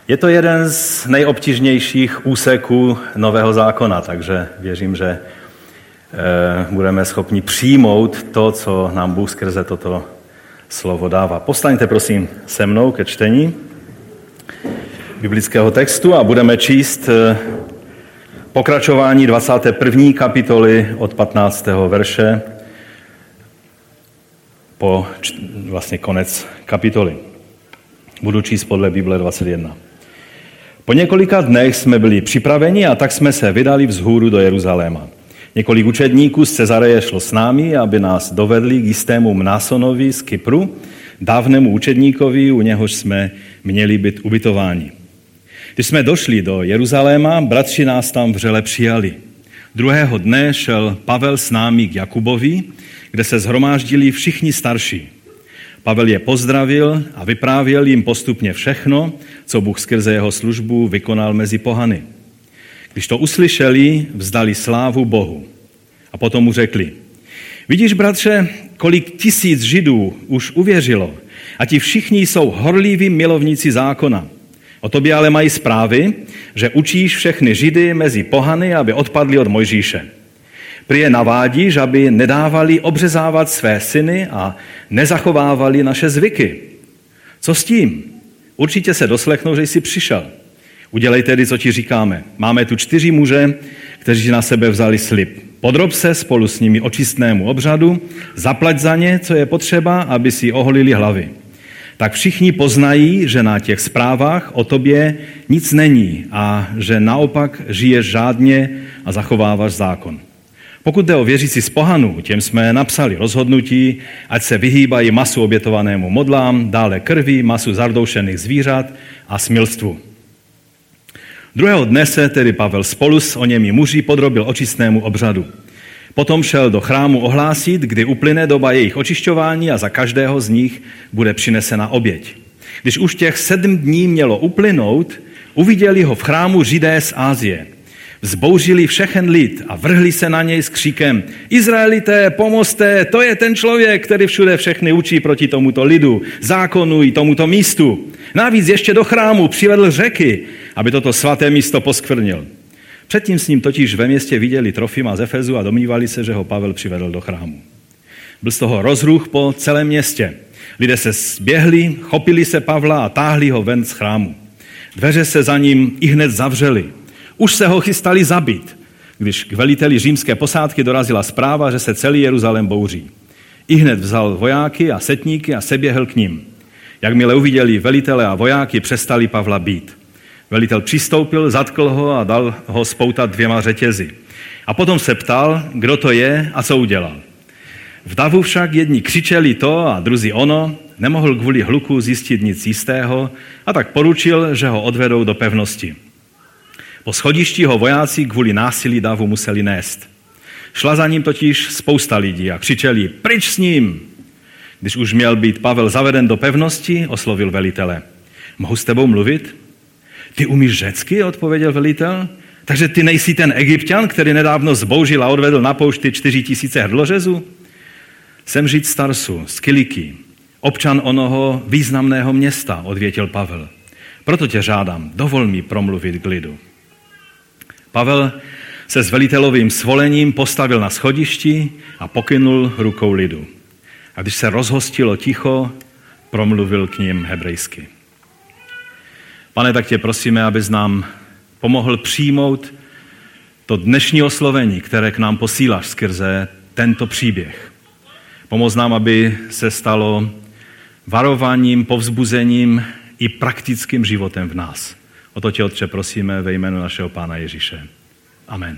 Je to jeden z nejobtížnějších úseků Nového zákona, takže věřím, že budeme schopni přijmout to, co nám Bůh skrze toto slovo dává. Povstaňte prosím se mnou ke čtení biblického textu a budeme číst pokračování 21. kapitoly od 15. verše po vlastně konec kapitoly. Budu číst podle Bible 21. Po několika dnech jsme byli připraveni a tak jsme se vydali vzhůru do Jeruzaléma. Několik učedníků z Cezareje šlo s námi, aby nás dovedli k jistému Mnásonovi z Kypru, dávnému učedníkovi, u něhož jsme měli být ubytováni. Když jsme došli do Jeruzaléma, bratři nás tam vřele přijali. Druhého dne šel Pavel s námi k Jakubovi, kde se shromáždili všichni starší. Pavel je pozdravil a vyprávěl jim postupně všechno, co Bůh skrze jeho službu vykonal mezi pohany. Když to uslyšeli, vzdali slávu Bohu. A potom mu řekli: Vidíš, bratře, kolik tisíc Židů už uvěřilo a ti všichni jsou horliví milovníci zákona. O tobě ale mají zprávy, že učíš všechny Židy mezi pohany, aby odpadli od Mojžíše. Prý je navádíš, aby nedávali obřezávat své syny a nezachovávali naše zvyky. Co s tím? Určitě se doslechnou, že jsi přišel. Udělej tedy, co ti říkáme. Máme tu 4 muže, kteří na sebe vzali slib. Podrob se spolu s nimi očistnému obřadu, zaplať za ně, co je potřeba, aby si oholili hlavy. Tak všichni poznají, že na těch zprávách o tobě nic není a že naopak žiješ řádně a zachováváš zákon. Pokud jde o věřící z pohanů, těm jsme napsali rozhodnutí, ať se vyhýbají masu obětovanému modlám, dále krvi, masu zardoušených zvířat a smilstvu. Druhého dne se tedy Pavel spolu s oněmi muži podrobil očistnému obřadu. Potom šel do chrámu ohlásit, kdy uplyne doba jejich očišťování a za každého z nich bude přinesena oběť. Když už těch 7 dní mělo uplynout, uviděli ho v chrámu Židé z Ázie. Vzbouřili všechen lid a vrhli se na něj s kříkem: Izraelité, pomozte, to je ten člověk, který všude všechny učí proti tomuto lidu, zákonu i tomuto místu. Navíc ještě do chrámu přivedl řeky, aby toto svaté místo poskvrnil. Předtím s ním totiž ve městě viděli Trofima z Efezu a domnívali se, že ho Pavel přivedl do chrámu. Byl z toho rozruch po celém městě. Lidé se zběhli, chopili se Pavla a táhli ho ven z chrámu. Dveře se za ním ihned zavřely. Už se ho chystali zabít, když k veliteli římské posádky dorazila zpráva, že se celý Jeruzalém bouří. Ihned vzal vojáky a setníky a seběhl k ním. Jakmile uviděli velitele a vojáky, přestali Pavla bít. Velitel přistoupil, zatkl ho a dal ho spoutat 2 řetězy. A potom se ptal, kdo to je a co udělal. V davu však jedni křičeli to a druzí ono, nemohl kvůli hluku zjistit nic jistého a tak poručil, že ho odvedou do pevnosti. Po schodišti ho vojáci kvůli násilí davu museli nést. Šla za ním totiž spousta lidí a křičeli: Pryč s ním! Když už měl být Pavel zaveden do pevnosti, oslovil velitele: Mohu s tebou mluvit? Ty umíš řecky, odpověděl velitel. Takže ty nejsi ten Egypťan, který nedávno zbouřil a odvedl na poušti 4 000 hrdlořezů? Jsem Žid z Tarsu, z Kiliky, občan onoho významného města, odvětil Pavel. Proto tě žádám, dovol mi promluvit k lidu. Pavel se s velitelovým svolením postavil na schodišti a pokynul rukou lidu. A když se rozhostilo ticho, promluvil k nim hebrejsky. Pane, tak tě prosíme, abys nám pomohl přijmout to dnešní oslovení, které k nám posíláš skrze tento příběh. Pomoz nám, aby se stalo varováním, povzbuzením i praktickým životem v nás. O to tě, Otče, prosíme ve jménu našeho Pána Ježíše. Amen.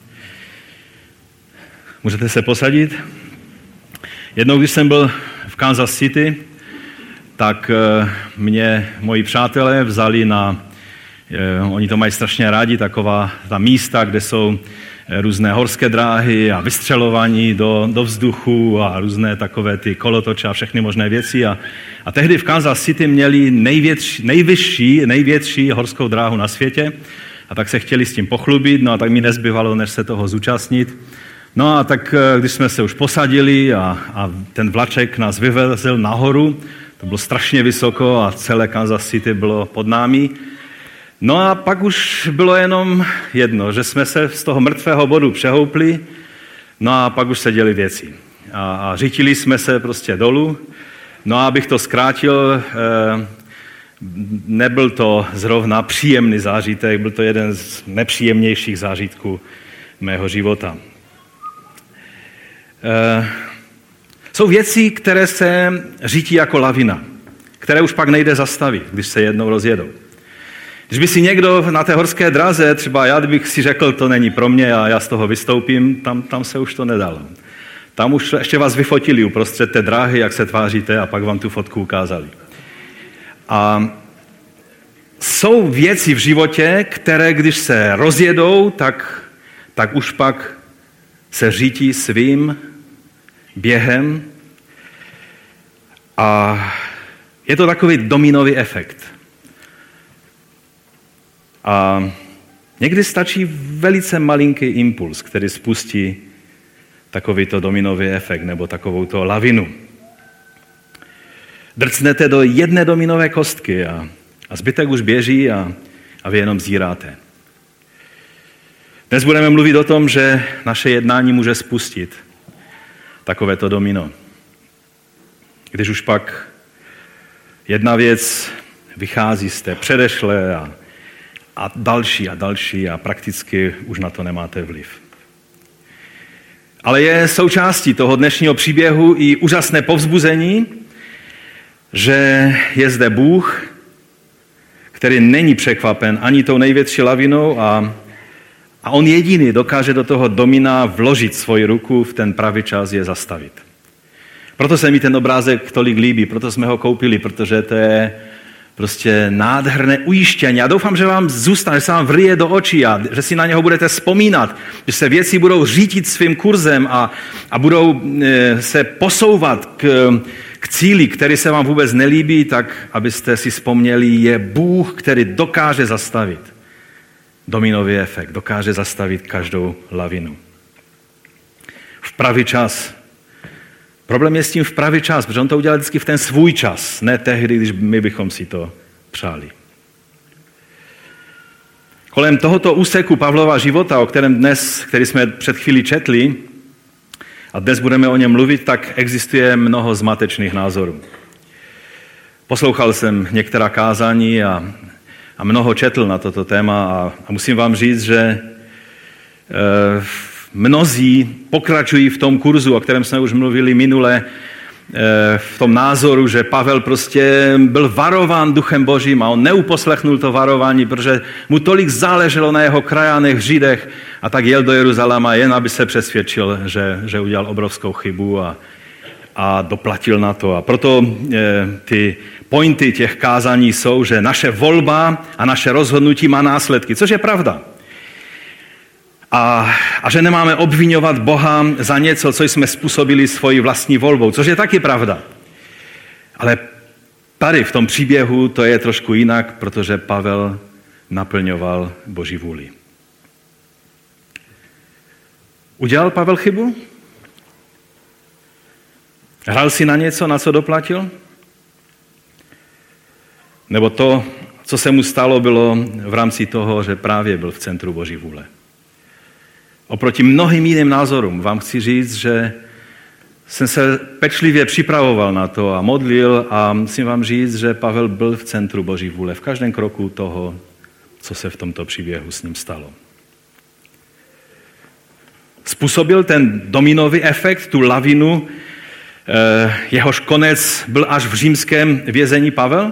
Můžete se posadit? Jednou, když jsem byl v Kansas City, tak mě moji přátelé vzali oni to mají strašně rádi, taková ta místa, kde jsou různé horské dráhy a vystřelování do vzduchu a různé takové ty kolotoče a všechny možné věci. A tehdy v Kansas City měli největší horskou dráhu na světě a tak se chtěli s tím pochlubit, no a tak mi nezbyvalo, než se toho zúčastnit. No a tak, když jsme se už posadili a ten vlaček nás vyvezl nahoru, to bylo strašně vysoko a celé Kansas City bylo pod námi, No a pak už bylo jenom jedno, že jsme se z toho mrtvého bodu přehoupli, no a pak už se děly věci. A řítili jsme se prostě dolů. No a abych to zkrátil, nebyl to zrovna příjemný zážitek, byl to jeden z nepříjemnějších zážitků mého života. Jsou věci, které se řítí jako lavina, které už pak nejde zastavit, když se jednou rozjedou. Když by si někdo na té horské draze, třeba já bych si řekl, to není pro mě a já z toho vystoupím, tam se už to nedalo. Tam už ještě vás vyfotili uprostřed té dráhy, jak se tváříte, a pak vám tu fotku ukázali. A jsou věci v životě, které když se rozjedou, tak už pak se řítí svým během. A je to takový dominový efekt. A někdy stačí velice malinký impuls, který spustí takovýto dominový efekt nebo takovouto lavinu. Drcnete do jedné dominové kostky a zbytek už běží a vy jenom zíráte. Dnes budeme mluvit o tom, že naše jednání může spustit takovéto domino. Když už pak jedna věc vychází z té předešlé a další a prakticky už na to nemáte vliv. Ale je součástí toho dnešního příběhu i úžasné povzbuzení, že je zde Bůh, který není překvapen ani tou největší lavinou a on jediný dokáže do toho domina vložit svoji ruku, v ten pravý čas je zastavit. Proto se mi ten obrázek tolik líbí, proto jsme ho koupili, protože to je prostě nádherné ujištění. Já doufám, že vám zůstane, že se vám vrije do očí a že si na něho budete vzpomínat, že se věci budou řídit svým kurzem a budou se posouvat k cíli, který se vám vůbec nelíbí, tak abyste si vzpomněli, je Bůh, který dokáže zastavit dominový efekt, dokáže zastavit každou lavinu. V pravý čas. Problém je s tím v pravý čas, protože on to udělal vždycky v ten svůj čas, ne tehdy, když my bychom si to přáli. Kolem tohoto úseku Pavlova života, který jsme před chvílí četli, a dnes budeme o něm mluvit, tak existuje mnoho zmatečných názorů. Poslouchal jsem některá kázání a mnoho četl na toto téma a musím vám říct, že mnozí pokračují v tom kurzu, o kterém jsme už mluvili minule, v tom názoru, že Pavel prostě byl varován Duchem Božím a on neuposlechnul to varování, protože mu tolik záleželo na jeho krajanech, Židech a tak jel do Jeruzaléma jen, aby se přesvědčil, že udělal obrovskou chybu a doplatil na to. A proto ty pointy těch kázání jsou, že naše volba a naše rozhodnutí má následky, což je pravda. A že nemáme obvinovat Boha za něco, co jsme způsobili svojí vlastní volbou, což je taky pravda. Ale tady v tom příběhu to je trošku jinak, protože Pavel naplňoval Boží vůli. Udělal Pavel chybu? Hrál si na něco, na co doplatil? Nebo to, co se mu stalo, bylo v rámci toho, že právě byl v centru Boží vůle? Oproti mnohým jiným názorům vám chci říct, že jsem se pečlivě připravoval na to a modlil a musím vám říct, že Pavel byl v centru Boží vůle v každém kroku toho, co se v tomto příběhu s ním stalo. Způsobil ten dominový efekt, tu lavinu, jehož konec byl až v římském vězení Pavel?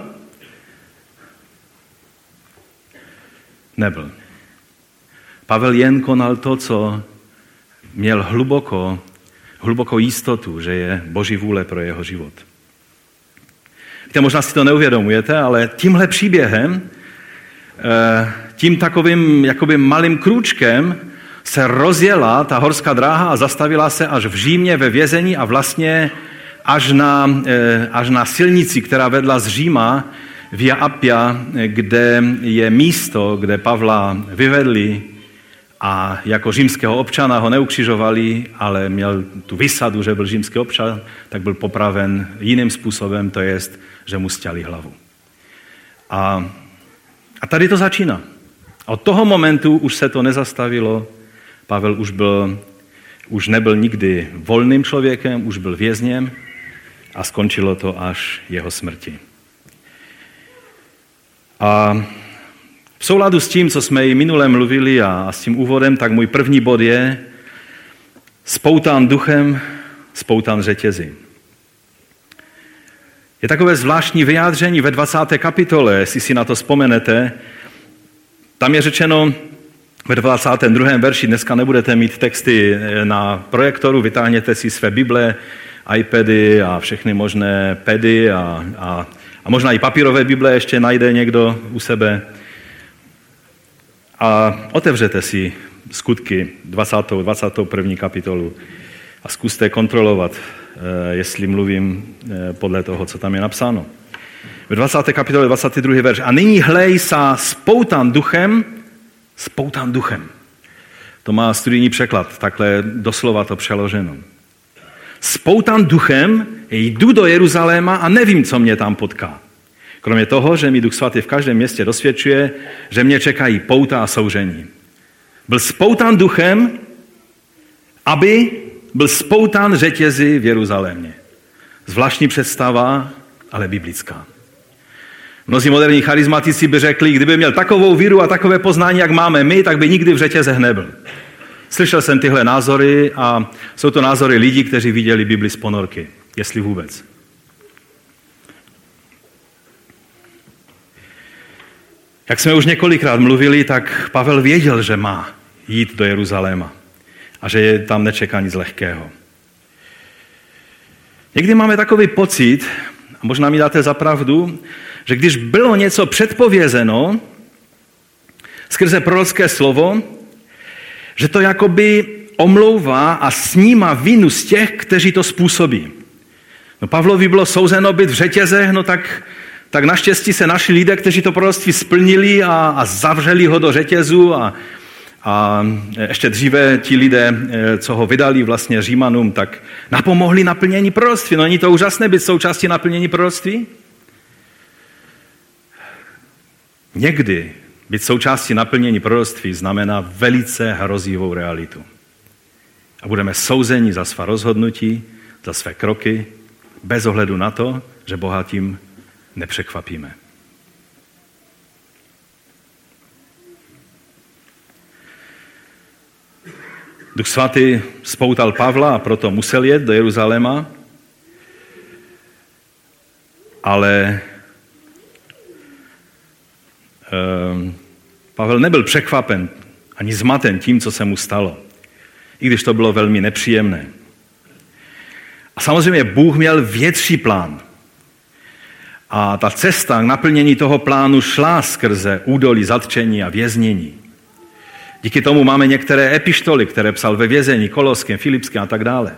Nebyl. Pavel jen konal to, co měl hlubokou jistotu, že je Boží vůle pro jeho život. Víte, možná si to neuvědomujete, ale tímhle příběhem, tím takovým jakoby malým krůčkem se rozjela ta horská dráha a zastavila se až v Římě ve vězení a vlastně až na silnici, která vedla z Říma Via Appia, kde je místo, kde Pavla vyvedli a jako římského občana ho neukřižovali, ale měl tu výsadu, že byl římský občan, tak byl popraven jiným způsobem, to jest, že mu sťali hlavu. A A tady to začíná. A od toho momentu už se to nezastavilo. Pavel už nebyl nikdy volným člověkem, už byl vězněm a skončilo to až jeho smrti. A v souladu s tím, co jsme i minule mluvili a s tím úvodem, tak můj první bod je spoután duchem, spoután řetězy. Je takové zvláštní vyjádření ve 20. kapitole, jestli si na to vzpomenete. Tam je řečeno ve 22. verši, dneska nebudete mít texty na projektoru, vytáhněte si své Bible, iPady a všechny možné pedy a možná i papírové Bible ještě najde někdo u sebe. A otevřete si Skutky 21. kapitolu a zkuste kontrolovat, jestli mluvím podle toho, co tam je napsáno. Ve 20. kapitole 22. verš. A nyní hlej sa spoután duchem. To má studijní překlad, takhle doslova to přeloženo. Spoután duchem, jdu do Jeruzaléma a nevím, co mě tam potká. Kromě toho, že mi Duch Svatý v každém městě dosvědčuje, že mě čekají pouta a soužení. Byl spoután duchem, aby byl spoután řetězy v Jeruzalémě. Zvláštní představa, ale biblická. Mnozí moderní charizmatici by řekli, kdyby měl takovou víru a takové poznání, jak máme my, tak by nikdy v řetězech nebyl. Slyšel jsem tyhle názory a jsou to názory lidí, kteří viděli Bibli z ponorky, jestli vůbec. Jak jsme už několikrát mluvili, tak Pavel věděl, že má jít do Jeruzaléma a že je tam nečeká nic lehkého. Někdy máme takový pocit, a možná mi dáte za pravdu, že když bylo něco předpovězeno skrze prorocké slovo, že to jakoby omlouvá a snímá vinu z těch, kteří to způsobí. No Pavlovi bylo souzeno být v řetězech, no tak naštěstí se našli lidé, kteří to proroctví splnili a zavřeli ho do řetězu a ještě dříve ti lidé, co ho vydali vlastně Římanům, tak napomohli naplnění proroctví. No není to úžasné být součástí naplnění proroctví? Někdy být součástí naplnění proroctví znamená velice hrozivou realitu. A budeme souzeni za svá rozhodnutí, za své kroky, bez ohledu na to, že Boha tím nepřekvapíme. Duch Svatý spoutal Pavla a proto musel jet do Jeruzaléma, ale Pavel nebyl překvapen ani zmaten tím, co se mu stalo, i když to bylo velmi nepříjemné. A samozřejmě Bůh měl větší plán. A ta cesta k naplnění toho plánu šla skrze údolí zatčení a věznění. Díky tomu máme některé epištoly, které psal ve vězení, Koloském, Filipském a tak dále.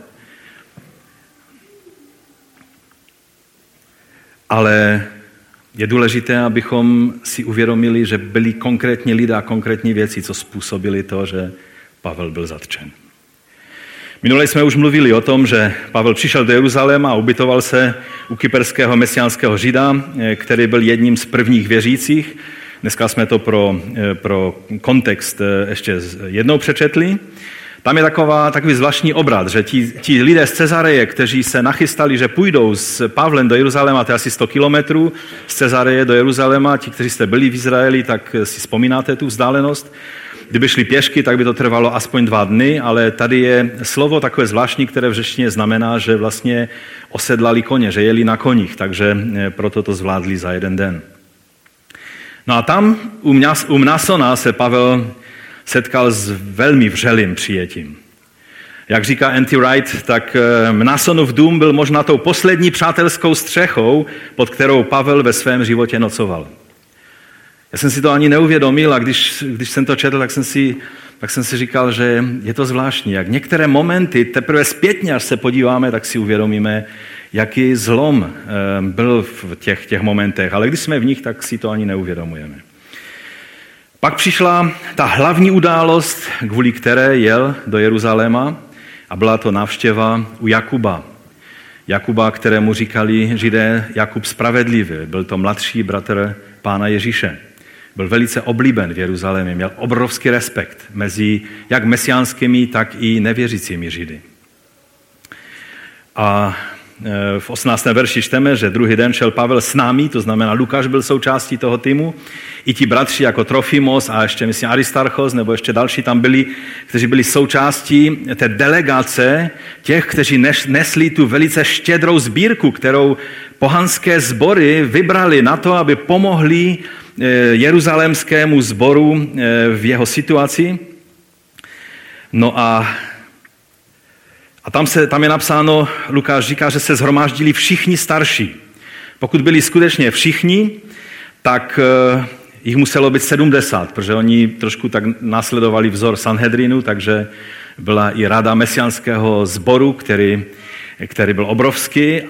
Ale je důležité, abychom si uvědomili, že byli konkrétní lidé a konkrétní věci, co způsobili to, že Pavel byl zatčen. Minule jsme už mluvili o tom, že Pavel přišel do Jeruzaléma a ubytoval se u kyperského mesiánského Žida, který byl jedním z prvních věřících. Dneska jsme to pro kontext ještě jednou přečetli. Tam je takový zvláštní obrat, že ti lidé z Cezareje, kteří se nachystali, že půjdou s Pavlem do Jeruzaléma, to je asi 100 kilometrů z Cezareje do Jeruzaléma, ti, kteří jste byli v Izraeli, tak si vzpomínáte tu vzdálenost. Kdyby šli pěšky, tak by to trvalo aspoň 2 dny, ale tady je slovo takové zvláštní, které v řečtině znamená, že vlastně osedlali koně, že jeli na koních, takže proto to zvládli za 1 den. No a tam u Mnasona se Pavel setkal s velmi vřelým přijetím. Jak říká N.T. Wright, tak Mnasonův dům byl možná tou poslední přátelskou střechou, pod kterou Pavel ve svém životě nocoval. Já jsem si to ani neuvědomil a když jsem to četl, tak jsem si říkal, že je to zvláštní. Jak některé momenty, teprve zpětně, až se podíváme, tak si uvědomíme, jaký zlom byl v těch momentech. Ale když jsme v nich, tak si to ani neuvědomujeme. Pak přišla ta hlavní událost, kvůli které jel do Jeruzaléma, a byla to návštěva u Jakuba. Jakuba, kterému říkali Židé Jakub Spravedlivý. Byl to mladší bratr Pána Ježíše. Byl velice oblíben v Jeruzalémě, měl obrovský respekt mezi jak mesiánskými, tak i nevěřícími Židy. A v 18. verši čteme, že druhý den šel Pavel s námi, to znamená Lukáš byl součástí toho týmu, i ti bratři jako Trofimos a ještě myslím Aristarchos, nebo ještě další tam byli, kteří byli součástí té delegace těch, kteří nesli tu velice štědrou sbírku, kterou pohanské sbory vybrali na to, aby pomohli jeruzalémskému sboru v jeho situaci. No a tam je napsáno, Lukáš říká, že se shromáždili všichni starší. Pokud byli skutečně všichni, tak jich muselo být 70, protože oni trošku tak následovali vzor Sanhedrinu, takže byla i rada mesiánského sboru, který byl obrovský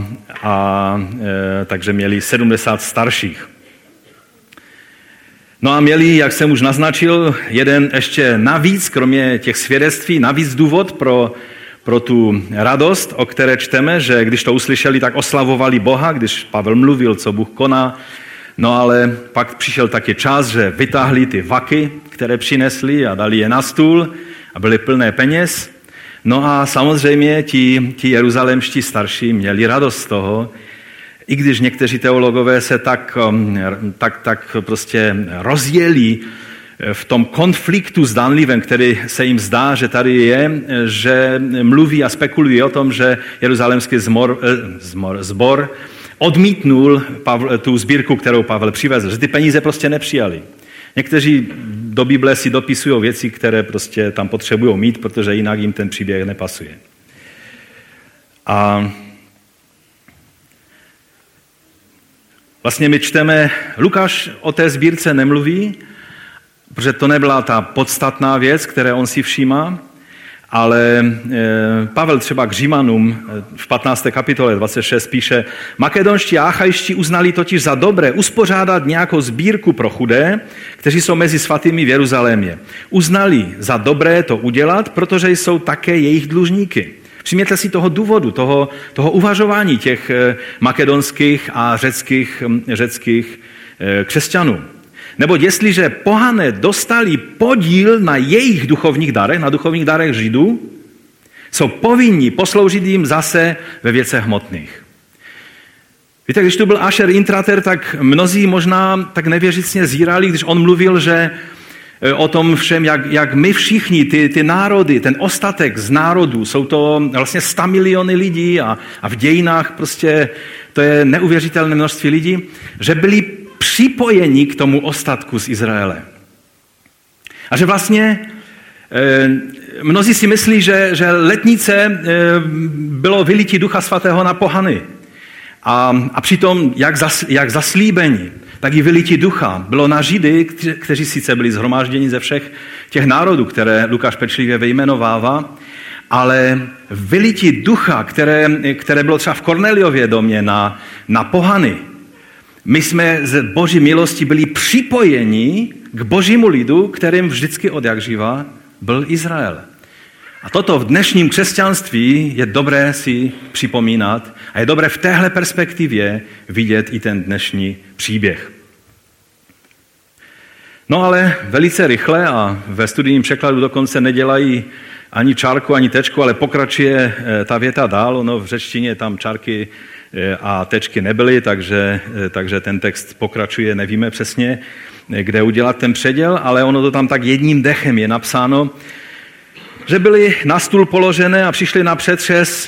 takže měli 70 starších. No a měli, jak jsem už naznačil, jeden ještě navíc, kromě těch svědectví, navíc důvod pro tu radost, o které čteme, že když to uslyšeli, tak oslavovali Boha, když Pavel mluvil, co Bůh koná. No ale pak přišel taky čas, že vytáhli ty vaky, které přinesli a dali je na stůl a byly plné peněz. No a samozřejmě ti jeruzalémští starší měli radost z toho, i když někteří teologové se tak prostě rozjeli v tom konfliktu zdánlivém, který se jim zdá, že tady je, že mluví a spekulují o tom, že jeruzalémský sbor odmítnul tu sbírku, kterou Pavel přivezl, že ty peníze prostě nepřijali. Někteří do Bible si dopisují věci, které prostě tam potřebují mít, protože jinak jim ten příběh nepasuje. A vlastně my čteme, Lukáš o té sbírce nemluví, protože to nebyla ta podstatná věc, které on si všímá, ale Pavel třeba k Římanům v 15. kapitole 26 píše, makedonští a achajští uznali totiž za dobré uspořádat nějakou sbírku pro chudé, kteří jsou mezi svatými v Jeruzalémě. Uznali za dobré to udělat, protože jsou také jejich dlužníky. Všimněte si toho důvodu, toho uvažování těch makedonských a řeckých křesťanů. Nebo jestliže pohané dostali podíl na jejich duchovních darech, na duchovních darech Židů, jsou povinni posloužit jim zase ve věcech hmotných. Víte, když tu byl Asher Intrater, tak mnozí možná tak nevěřícně zírali, když on mluvil, že o tom všem, jak my všichni, ty národy, ten ostatek z národů, jsou to vlastně 100 miliony lidí a v dějinách prostě to je neuvěřitelné množství lidí, že byli připojení k tomu ostatku z Izraele. A že vlastně mnozí si myslí, že letnice bylo vylití Ducha Svatého na pohany. A přitom jak zaslíbení, tak i vylití Ducha bylo na Židy, kteří sice byli shromážděni ze všech těch národů, které Lukáš pečlivě vyjmenovává, ale vylití Ducha, které bylo třeba v Korneliově domě na pohany. My jsme z Boží milosti byli připojeni k Božímu lidu, kterým vždycky od jak živa byl Izrael. A toto v dnešním křesťanství je dobré si připomínat a je dobré v téhle perspektivě vidět i ten dnešní příběh. No ale velice rychle a ve studijním překladu dokonce nedělají ani čárku, ani tečku, ale pokračuje ta věta dál. Ono v řečtině tam čárky a tečky nebyly, takže ten text pokračuje, nevíme přesně, kde udělat ten předěl, ale ono to tam tak jedním dechem je napsáno, že byly na stůl položené a přišly na přetřes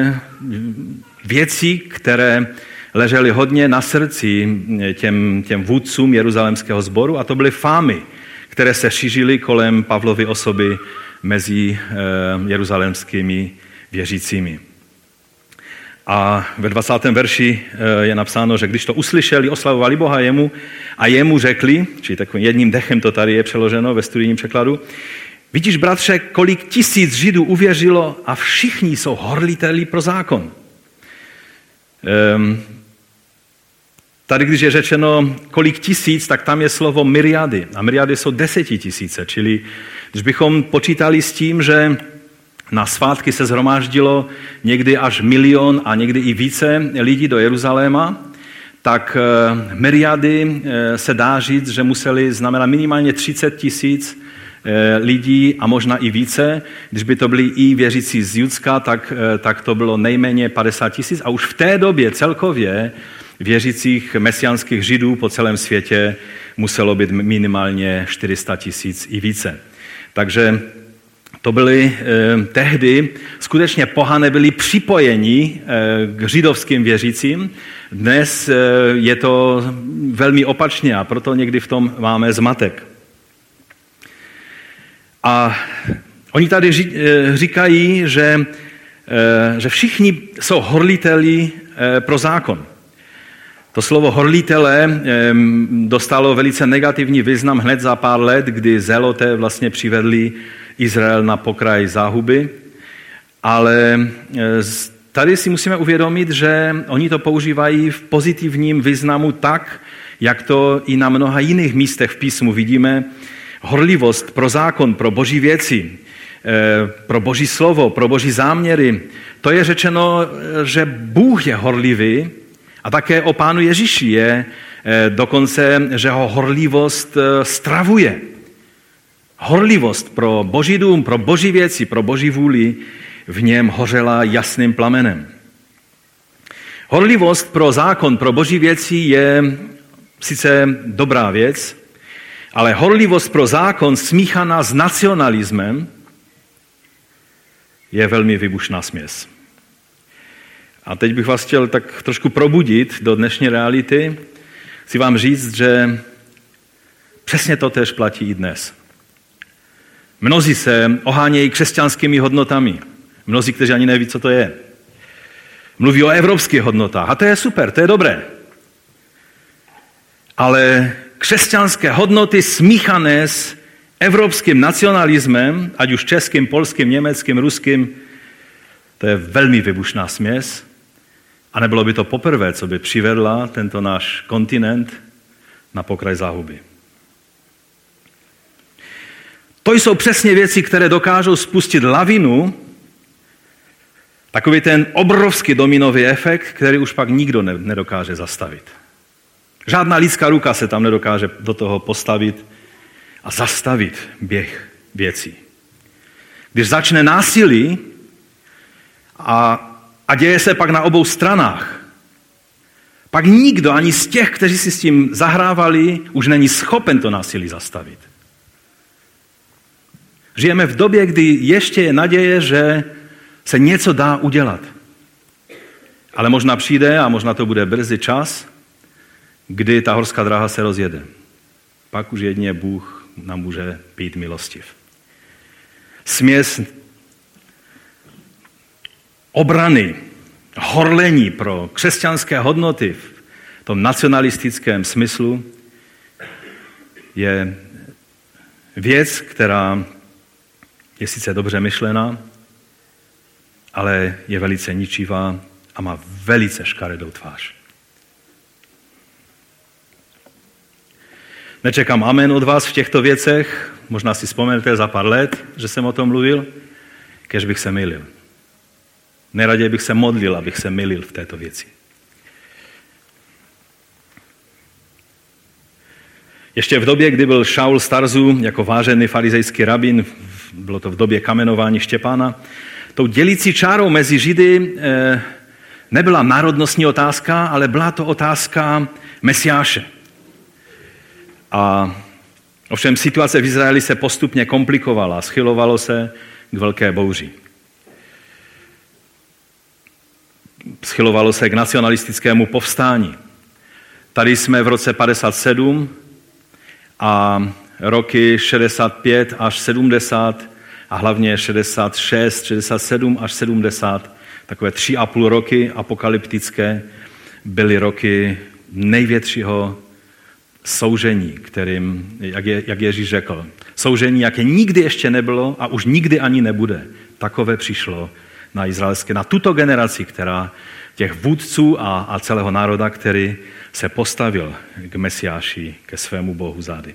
věcí, které ležely hodně na srdci těm vůdcům jeruzalémského sboru, a to byly fámy, které se šířily kolem Pavlovy osoby mezi jeruzalémskými věřícími. A ve 20. verši je napsáno, že když to uslyšeli, oslavovali Boha jemu řekli, čili takovým jedním dechem to tady je přeloženo ve studijním překladu, vidíš, bratře, kolik tisíc Židů uvěřilo a všichni jsou horliteli pro zákon. Tady, když je řečeno kolik tisíc, tak tam je slovo myriady. A myriady jsou 10 000. Čili když bychom počítali s tím, že na svátky se shromáždilo někdy až 1 000 000 a někdy i více lidí do Jeruzaléma, tak myriady se dá říct, že museli znamenat minimálně 30 000 lidí a možná i více. Když by to byli i věřící z Judska, tak to bylo nejméně 50 000 a už v té době celkově věřících mesiánských Židů po celém světě muselo být minimálně 400 000 i více. Takže to byli tehdy, skutečně pohané byli připojeni k židovským věřícím. Dnes je to velmi opačně a proto někdy v tom máme zmatek. A oni tady říkají, že všichni jsou horliteli pro zákon. To slovo horlitele dostalo velice negativní význam hned za pár let, kdy Zeloté vlastně přivedli Izrael na pokraj záhuby. Ale tady si musíme uvědomit, že oni to používají v pozitivním významu tak, jak to i na mnoha jiných místech v písmu vidíme. Horlivost pro zákon, pro boží věci, pro boží slovo, pro boží záměry. To je řečeno, že Bůh je horlivý a také o Pánu Ježíši je dokonce, že ho horlivost stravuje. Horlivost pro boží dům, pro boží věci, pro boží vůli v něm hořela jasným plamenem. Horlivost pro zákon, pro boží věci je sice dobrá věc, ale horlivost pro zákon smíchaná s nacionalismem je velmi výbušná směs. A teď bych vás chtěl tak trošku probudit do dnešní reality. Chci vám říct, že přesně to též platí i dnes. Mnozí se ohánějí křesťanskými hodnotami. Mnozí, kteří ani neví, co to je. Mluví o evropských hodnotách. A to je super, to je dobré. Ale křesťanské hodnoty smíchané s evropským nacionalismem, ať už českým, polským, německým, ruským, to je velmi vybušná směs. A nebylo by to poprvé, co by přivedla tento náš kontinent na pokraj záhuby. To jsou přesně věci, které dokážou spustit lavinu, takový ten obrovský dominový efekt, který už pak nikdo nedokáže zastavit. Žádná lidská ruka se tam nedokáže do toho postavit a zastavit běh věcí. Když začne násilí a děje se pak na obou stranách, pak nikdo ani z těch, kteří si s tím zahrávali, už není schopen to násilí zastavit. Žijeme v době, kdy ještě je naděje, že se něco dá udělat. Ale možná přijde, a možná to bude brzy čas, kdy ta horská dráha se rozjede. Pak už jedině Bůh nám může být milostiv. Směs obrany, horlení pro křesťanské hodnoty v tom nacionalistickém smyslu je věc, která je sice dobře myšlená, ale je velice ničivá a má velice škaredou tvář. Nečekám amen od vás v těchto věcech, možná si vzpomenete za pár let, že jsem o tom mluvil, kež bych se mylil. Nejraději bych se modlil, abych se mylil v této věci. Ještě v době, kdy byl Šaul z Tarzu jako vážený farizejský rabin, bylo to v době kamenování Štěpána, tou dělící čárou mezi Židy nebyla národnostní otázka, ale byla to otázka Mesiáše. A ovšem situace v Izraeli se postupně komplikovala, schylovalo se k velké bouři. Schylovalo se k nacionalistickému povstání. Tady jsme v roce 57 a roky 65 až 70 a hlavně 66, 67 až 70, takové 3,5 roky apokalyptické, byly roky největšího soužení, kterým, jak Ježíš řekl, soužení, jaké nikdy ještě nebylo a už nikdy ani nebude. Takové přišlo na izraelské, na tuto generaci, která těch vůdců a celého národa, který se postavil k Mesiáši, ke svému Bohu zády.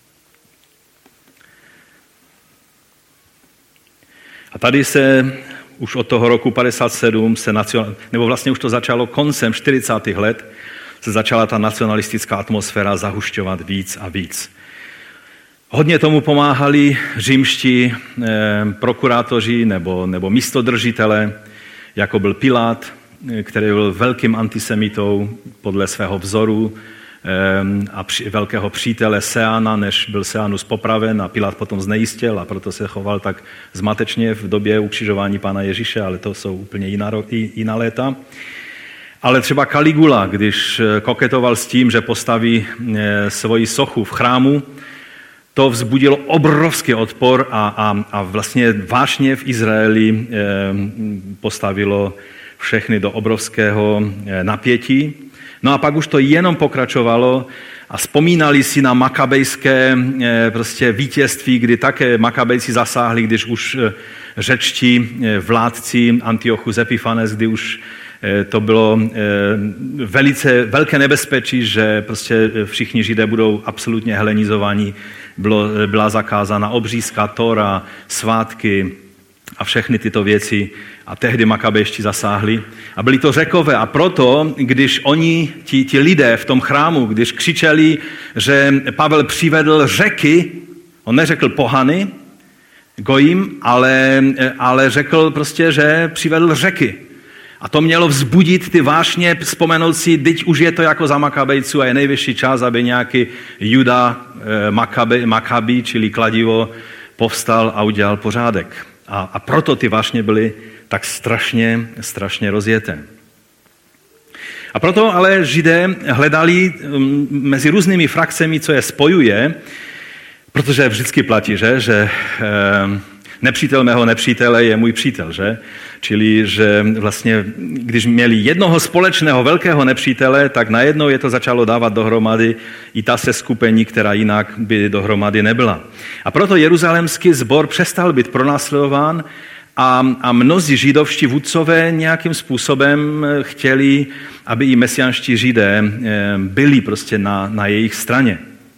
A tady se už od toho roku 57 nebo vlastně už to začalo koncem 40. let, se začala ta nacionalistická atmosféra zahušťovat víc a víc. Hodně tomu pomáhali římští prokurátoři nebo místodržitele, jako byl Pilát, který byl velkým antisemitou podle svého vzoru a velkého přítele Seana, než byl Seanus popraven a Pilát potom znejistil a proto se choval tak zmatečně v době ukřižování Pána Ježíše, ale to jsou úplně jiná léta. Ale třeba Caligula, když koketoval s tím, že postaví svoji sochu v chrámu, to vzbudilo obrovský odpor a vlastně vášně v Izraeli postavilo všechny do obrovského napětí. No a pak už to jenom pokračovalo a vzpomínali si na makabejské vítězství, kdy také makabejci zasáhli, když už řečtí vládci Antiochus Epiphanes, kdy už to bylo velice velké nebezpečí, že všichni Židé budou absolutně helenizováni. Byla zakázána obřízka, Tóra, svátky a všechny tyto věci. A tehdy makabejští zasáhli. A byli to Řekové. A proto, když oni, ti lidé v tom chrámu, když křičeli, že Pavel přivedl Řeky, on neřekl pohany, gojím, ale řekl že přivedl Řeky. A to mělo vzbudit ty vášně, vzpomenout si, teď už je to jako za Makabejců a je nejvyšší čas, aby nějaký Juda Makabi, čili kladivo, povstal a udělal pořádek. A proto ty vášně byly tak strašně rozjeté. A proto ale Židé hledali mezi různými frakcemi, co je spojuje, protože vždycky platí, že nepřítel mého nepřítele je můj přítel, že? Čili, že vlastně, když měli jednoho společného velkého nepřítele, tak najednou je to začalo dávat dohromady i ta seskupení, která jinak by dohromady nebyla. A proto jeruzalémský sbor přestal být pronásledován a mnozí židovští vůdcové nějakým způsobem chtěli, aby i mesiánští Židé byli na jejich straně.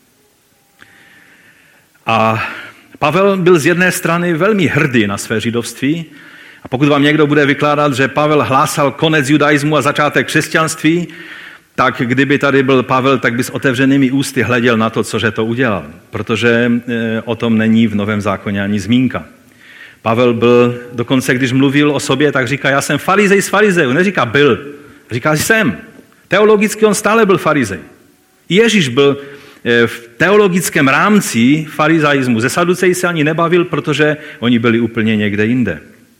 A Pavel byl z jedné strany velmi hrdý na své židovství a pokud vám někdo bude vykládat, že Pavel hlásal konec judaismu a začátek křesťanství, tak kdyby tady byl Pavel, tak by s otevřenými ústy hleděl na to, cože to udělal, protože o tom není v Novém zákoně ani zmínka. Pavel byl, dokonce když mluvil o sobě, tak říká, já jsem farizej z farizejů, neříká byl, říká jsem. Teologicky on stále byl farizej. Ježíš byl v teologickém rámci farizaismu. Ze saducejí se ani nebavil, protože oni byli úplně někde jinde.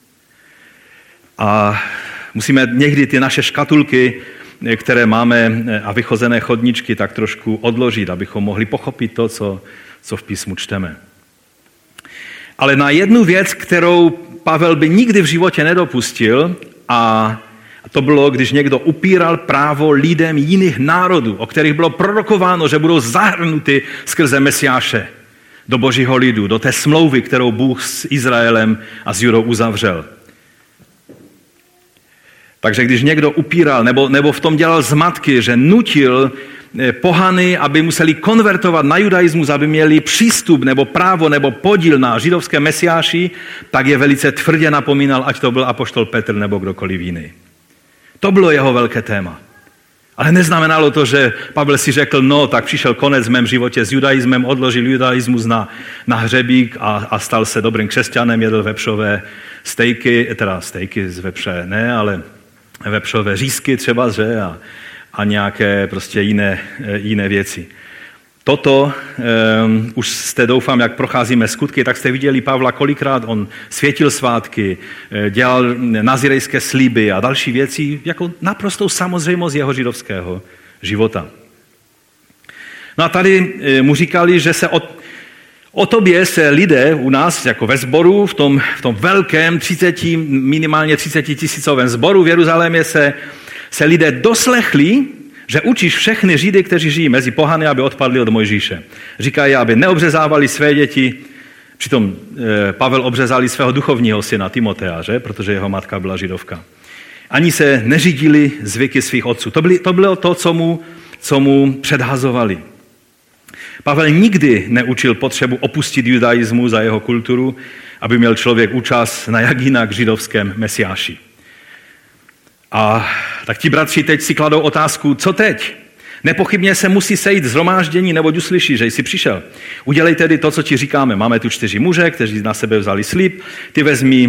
A musíme někdy ty naše škatulky, které máme a vychozené chodničky, tak trošku odložit, abychom mohli pochopit to, co v písmu čteme. Ale na jednu věc, kterou Pavel by nikdy v životě nedopustil, a to bylo, když někdo upíral právo lidem jiných národů, o kterých bylo prorokováno, že budou zahrnuty skrze Mesiáše do Božího lidu, do té smlouvy, kterou Bůh s Izraelem a s Judou uzavřel. Takže když někdo upíral nebo v tom dělal zmatky, že nutil pohany, aby museli konvertovat na judaismus, aby měli přístup nebo právo nebo podíl na židovské Mesiáši, tak je velice tvrdě napomínal, ať to byl apoštol Petr nebo kdokoliv jiný. To bylo jeho velké téma. Ale neznamenalo to, že Pavel si řekl, no tak přišel konec v mém životě s judaismem, odložil judaismus na hřebík a stal se dobrým křesťanem, jedl vepřové stejky z vepře ne, ale vepřové řízky třeba, že? A nějaké prostě jiné věci. Toto už jste, doufám, jak procházíme skutky, tak jste viděli Pavla kolikrát, on světil svátky, dělal nazirejské sliby a další věci jako naprostou samozřejmost jeho židovského života. No a tady mu říkali, že se o tobě se lidé u nás, jako ve sboru, v tom velkém minimálně 30 tisícovém sboru v Jeruzalémě se lidé doslechli, že učíš všechny Židy, kteří žijí mezi pohany, aby odpadli od Mojžíše. Říkají, aby neobřezávali své děti, přitom Pavel obřezal i svého duchovního syna Timotea, že? Protože jeho matka byla Židovka. Ani se neřídili zvyky svých otců. To bylo to, co mu předhazovali. Pavel nikdy neučil potřebu opustit judaismus a jeho kulturu, aby měl člověk účast na jak jinak židovském Mesiáši. A tak ti bratři teď si kladou otázku, co teď? Nepochybně se musí sejít shromáždění, neboť uslyší, že jsi přišel. Udělej tedy to, co ti říkáme. Máme tu 4 muže, kteří na sebe vzali slib. Ty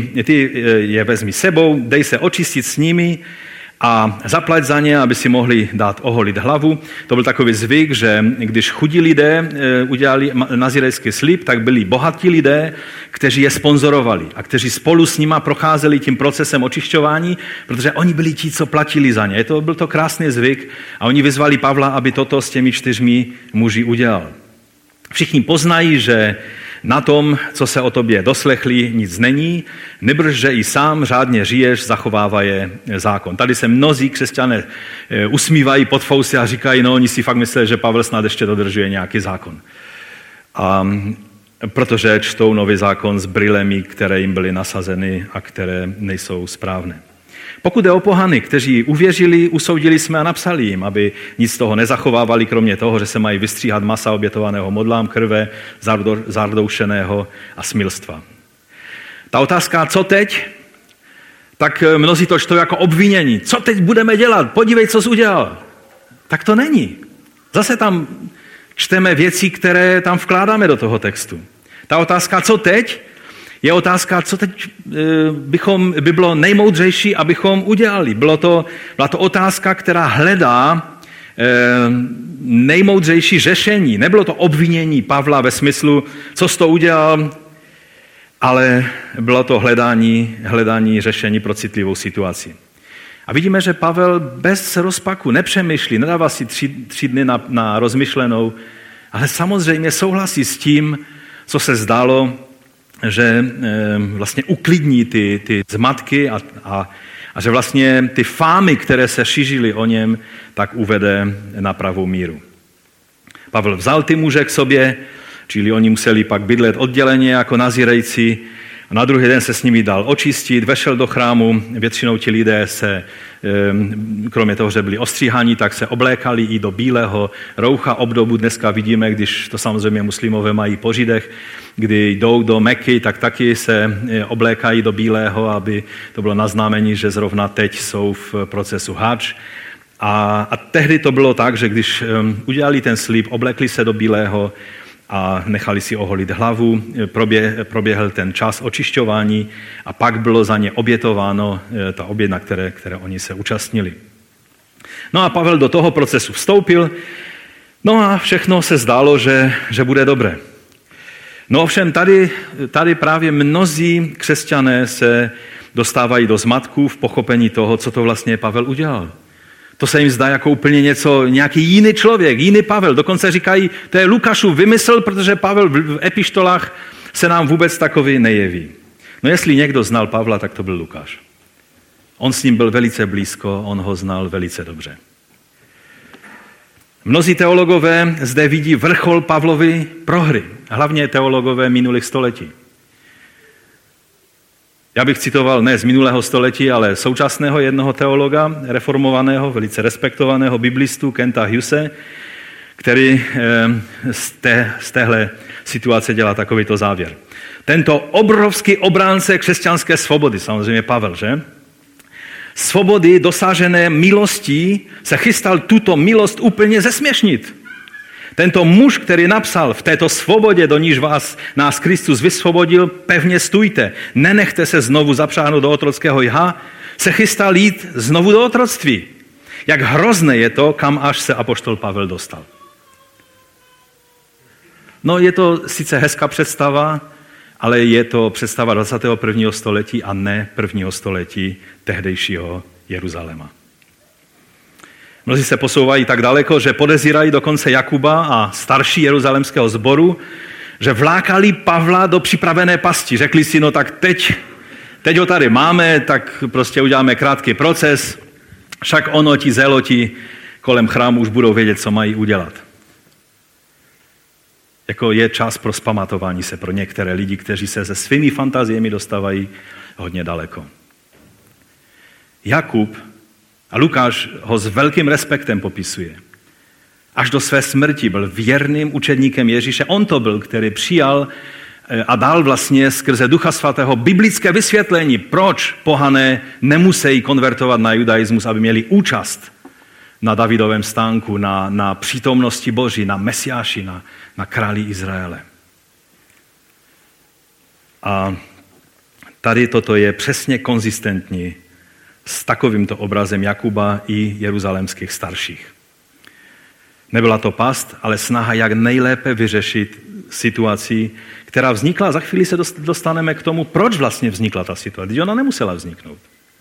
je vezmi sebou, dej se očistit s nimi a zaplať za ně, aby si mohli dát oholit hlavu. To byl takový zvyk, že když chudí lidé udělali nazírejský slib, tak byli bohatí lidé, kteří je sponzorovali a kteří spolu s nima procházeli tím procesem očišťování, protože oni byli ti, co platili za ně. Byl to krásný zvyk a oni vyzvali Pavla, aby toto s těmi 4 muži udělal. Všichni poznají, že na tom, co se o tobě doslechli, nic není, nebrž, že i sám řádně žiješ, zachovávaje zákon. Tady se mnozí křesťané usmívají pod fousy a říkají, no oni si fakt myslí, že Pavel snad ještě dodržuje nějaký zákon. A protože čtou nový zákon s brýlemi, které jim byly nasazeny a které nejsou správné. Pokud jde o pohany, kteří uvěřili, usoudili jsme a napsali jim, aby nic z toho nezachovávali, kromě toho, že se mají vystříhat masa obětovaného modlám, krve, zardoušeného a smilstva. Ta otázka, co teď? Tak mnozí to čtou jako obvinění. Co teď budeme dělat? Podívej, co jsi udělal. Tak to není. Zase tam čteme věci, které tam vkládáme do toho textu. Ta otázka, co teď? Je otázka, co teď by bylo nejmoudřejší, abychom udělali. Byla to otázka, která hledá nejmoudřejší řešení. Nebylo to obvinění Pavla ve smyslu, co jsi to udělal, ale bylo to hledání řešení pro citlivou situaci. A vidíme, že Pavel bez rozpaku nepřemýšlí, nedává si 3 dny na rozmyšlenou, ale samozřejmě souhlasí s tím, co se zdálo, že vlastně uklidní ty zmatky a že vlastně ty fámy, které se šířily o něm, tak uvede na pravou míru. Pavel vzal ty muže k sobě, čili oni museli pak bydlet odděleně jako nazírejci. A na druhý den se s nimi dal očistit, vešel do chrámu, většinou ti lidé se, kromě toho, že byli ostříhaní, tak se oblékali i do bílého roucha obdobu. Dneska vidíme, když to samozřejmě muslimové mají po Židech, kdy jdou do Meky, tak taky se oblékají do bílého, aby to bylo na znamení, že zrovna teď jsou v procesu hadž. A tehdy to bylo tak, že když udělali ten slib, oblekli se do bílého, a nechali si oholit hlavu, proběhl ten čas očišťování a pak bylo za ně obětováno ta oběť, na které oni se účastnili. No a Pavel do toho procesu vstoupil, no a všechno se zdálo, že bude dobré. No ovšem tady právě mnozí křesťané se dostávají do zmatku v pochopení toho, co to vlastně Pavel udělal. To se jim zdá jako úplně nějaký jiný člověk, jiný Pavel. Dokonce říkají, to je Lukášův vymysl, protože Pavel v epištolách se nám vůbec takový nejeví. No jestli někdo znal Pavla, tak to byl Lukáš. On s ním byl velice blízko, on ho znal velice dobře. Mnozí teologové zde vidí vrchol Pavlovy prohry, hlavně teologové minulých století. Já bych citoval ne z minulého století, ale současného jednoho teologa, reformovaného, velice respektovaného biblistu Kenta Hughese, který z téhle situace dělá takovýto závěr. Tento obrovský obránce křesťanské svobody, samozřejmě Pavel, že? Svobody dosažené milostí se chystal tuto milost úplně zesměšnit. Tento muž, který napsal v této svobodě, do níž nás Kristus vysvobodil, pevně stůjte, nenechte se znovu zapřáhnout do otrockého jha, se chystal jít znovu do otroctví. Jak hrozné je to, kam až se apoštol Pavel dostal. No je to sice hezká představa, ale je to představa 21. století a ne 1. století tehdejšího Jeruzaléma. Mnozí se posouvají tak daleko, že podezírají dokonce Jakuba a starší jeruzalémského sboru, že vlákali Pavla do připravené pasti. Řekli si, no tak teď ho tady máme, tak prostě uděláme krátký proces, však ono ti zéloti kolem chrámu už budou vědět, co mají udělat. Jako je čas pro zpamatování se pro některé lidi, kteří se se svými fantaziemi dostávají hodně daleko. Jakub a Lukáš ho s velkým respektem popisuje. Až do své smrti byl věrným učedníkem Ježíše. On to byl, který přijal a dal vlastně skrze Ducha Svatého biblické vysvětlení, proč pohané nemusí konvertovat na judaismus, aby měli účast na Davidovém stánku, na přítomnosti Boží, na Mesiáši, na králi Izraele. A tady toto je přesně konzistentní s takovýmto obrazem Jakuba i jeruzalémských starších. Nebyla to past, ale snaha, jak nejlépe vyřešit situaci, která vznikla. Za chvíli se dostaneme k tomu, proč vlastně vznikla ta situace. Ona nemusela vzniknout.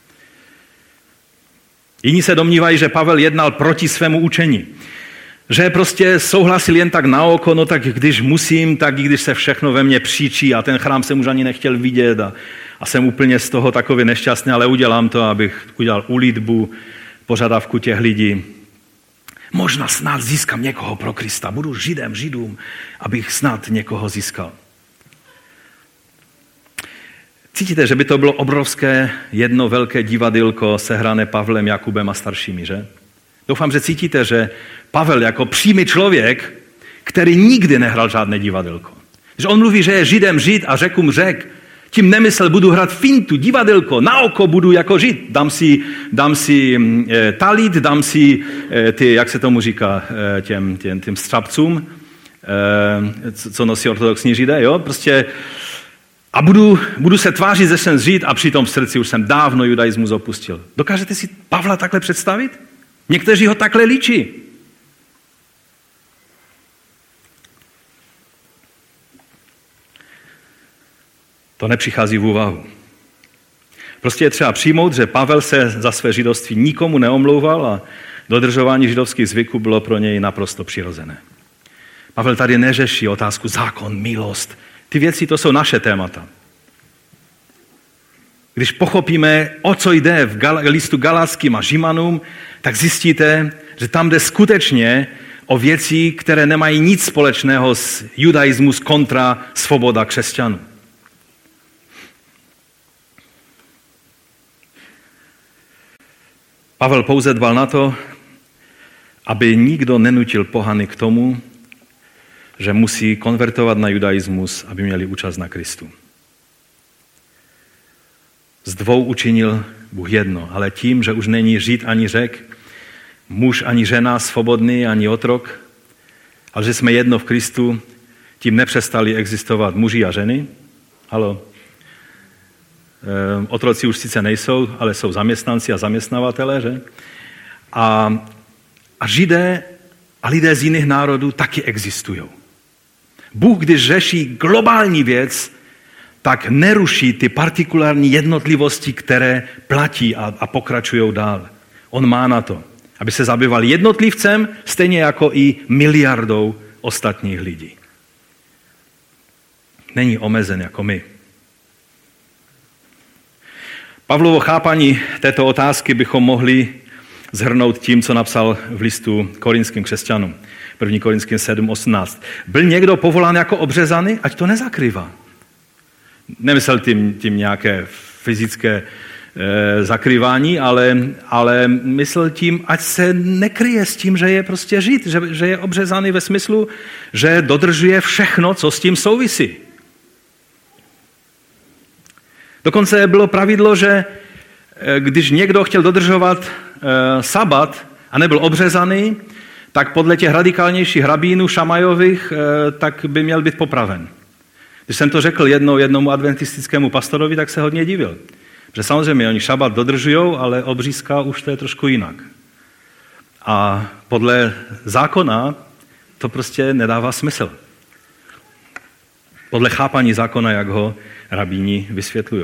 Jiní se domnívají, že Pavel jednal proti svému učení. Že prostě souhlasil jen tak na oko, no tak když musím, tak i když se všechno ve mně příčí a ten chrám jsem už ani nechtěl vidět a jsem úplně z toho takový nešťastný, ale udělám to, abych udělal ulitbu požadavku těch lidí. Možná snad získám někoho pro Krista. Budu židům, abych snad někoho získal. Cítíte, že by to bylo obrovské jedno velké divadýlko sehrané Pavlem, Jakubem a staršími, že? Doufám, že cítíte, že Pavel jako přímý člověk, který nikdy nehrál žádné divadýlko. Když on mluví, že je Židem Žid a Řekům Řek, tím nemyslel, budu hrát fintu, divadýlko, na oko budu jako Žid. Dám si talit, dám si ty, jak se tomu říká, těm střapcům, co nosí ortodoxní Židé, jo? Prostě a budu se tvářit, že jsem Žid a přitom v srdci už jsem dávno judaismus opustil. Dokážete si Pavla takhle představit? Někteří ho takhle líčí. To nepřichází v úvahu. Prostě je třeba přijmout, že Pavel se za své židovství nikomu neomlouval a dodržování židovských zvyků bylo pro něj naprosto přirozené. Pavel tady neřeší otázku zákon, milost. Ty věci, to jsou naše témata. Když pochopíme, o co jde v listu Galatským a Žimanům, tak zjistíte, že tam jde skutečně o věci, které nemají nic společného s judaismus kontra svoboda křesťanů. Pavel pouze dbal na to, aby nikdo nenutil pohany k tomu, že musí konvertovat na judaismus, aby měli účast na Kristu. Z dvou učinil Bůh jedno, ale tím, že už není Žid ani Řek, muž ani žena, svobodný ani otrok, ale že jsme jedno v Kristu, tím nepřestali existovat muži a ženy. Halo. Otroci už sice nejsou, ale jsou zaměstnanci a zaměstnavatelé, že? A Židé a lidé z jiných národů taky existují. Bůh, když řeší globální věc, tak neruší ty partikulární jednotlivosti, které platí a pokračují dál. On má na to, aby se zabýval jednotlivcem, stejně jako i miliardou ostatních lidí. Není omezen jako my. Pavlovo chápání této otázky bychom mohli shrnout tím, co napsal v listu korinským křesťanům. 1. Korinským 7:18. Byl někdo povolán jako obřezaný? Ať to nezakrývá. Nemyslel tím nějaké fyzické zakrývání, ale myslel tím, ať se nekryje s tím, že je prostě Žid, že je obřezaný ve smyslu, že dodržuje všechno, co s tím souvisí. Dokonce bylo pravidlo, že když někdo chtěl dodržovat sabat a nebyl obřezaný, tak podle těch radikálnějších rabínů Šamajových, tak by měl být popraven. Když jsem to řekl jednomu adventistickému pastorovi, tak se hodně divil. Že samozřejmě oni šabat dodržujou, ale obřízka už to je trošku jinak. A podle zákona to prostě nedává smysl. Podle chápání zákona, jak ho rabíni vysvětlují.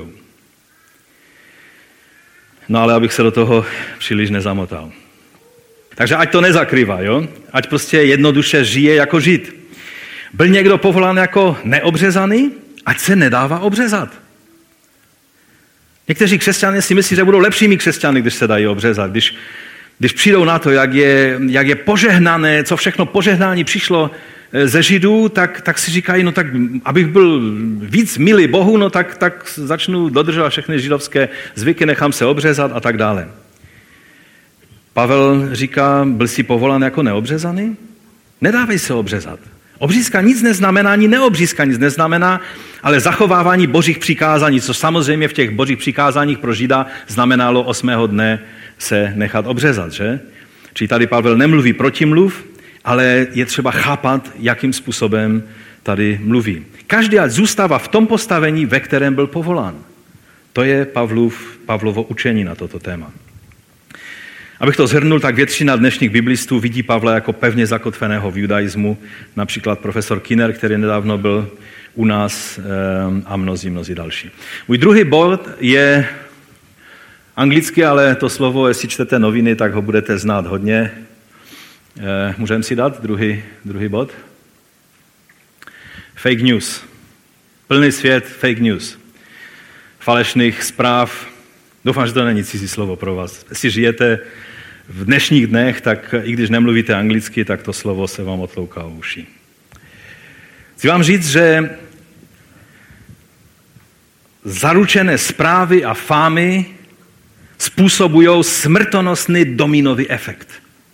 No ale abych se do toho příliš nezamotal. Takže ať to nezakrývá, jo? Ať prostě jednoduše žije jako Žid. Byl někdo povolán jako neobřezaný, ať se nedává obřezat. Někteří křesťané si myslí, že budou lepšími křesťany, když se dají obřezat. Když přijdou na to, jak je požehnané, co všechno požehnání přišlo ze Židů, tak si říkají, no tak abych byl víc milý Bohu, no tak začnu dodržovat všechny židovské zvyky, nechám se obřezat a tak dále. Pavel říká, byl jsi povolán jako neobřezaný? Nedávej se obřezat. Obřízka nic neznamená, ani neobřízka nic neznamená, ale zachovávání božích přikázání, co samozřejmě v těch božích přikázáních pro Žida znamenalo 8. dne se nechat obřezat, že? Čili tady Pavel nemluví protimluv, ale je třeba chápat, jakým způsobem tady mluví. Každý ať zůstává v tom postavení, ve kterém byl povolán. To je Pavlovo učení na toto téma. Abych to shrnul, tak většina dnešních biblistů vidí Pavla jako pevně zakotveného v judaismu, například profesor Kinner, který nedávno byl u nás, a mnozí další. Můj druhý bod je anglicky, ale to slovo, jestli čtete noviny, tak ho budete znát hodně. Můžeme si dát druhý bod? Fake news. Plný svět fake news. Falešných zpráv. Doufám, že to není cizí slovo pro vás. Jestli žijete v dnešních dnech, tak i když nemluvíte anglicky, tak to slovo se vám otlouká o uši. Chci vám říct, že zaručené zprávy a fámy způsobují smrtonosný dominový efekt.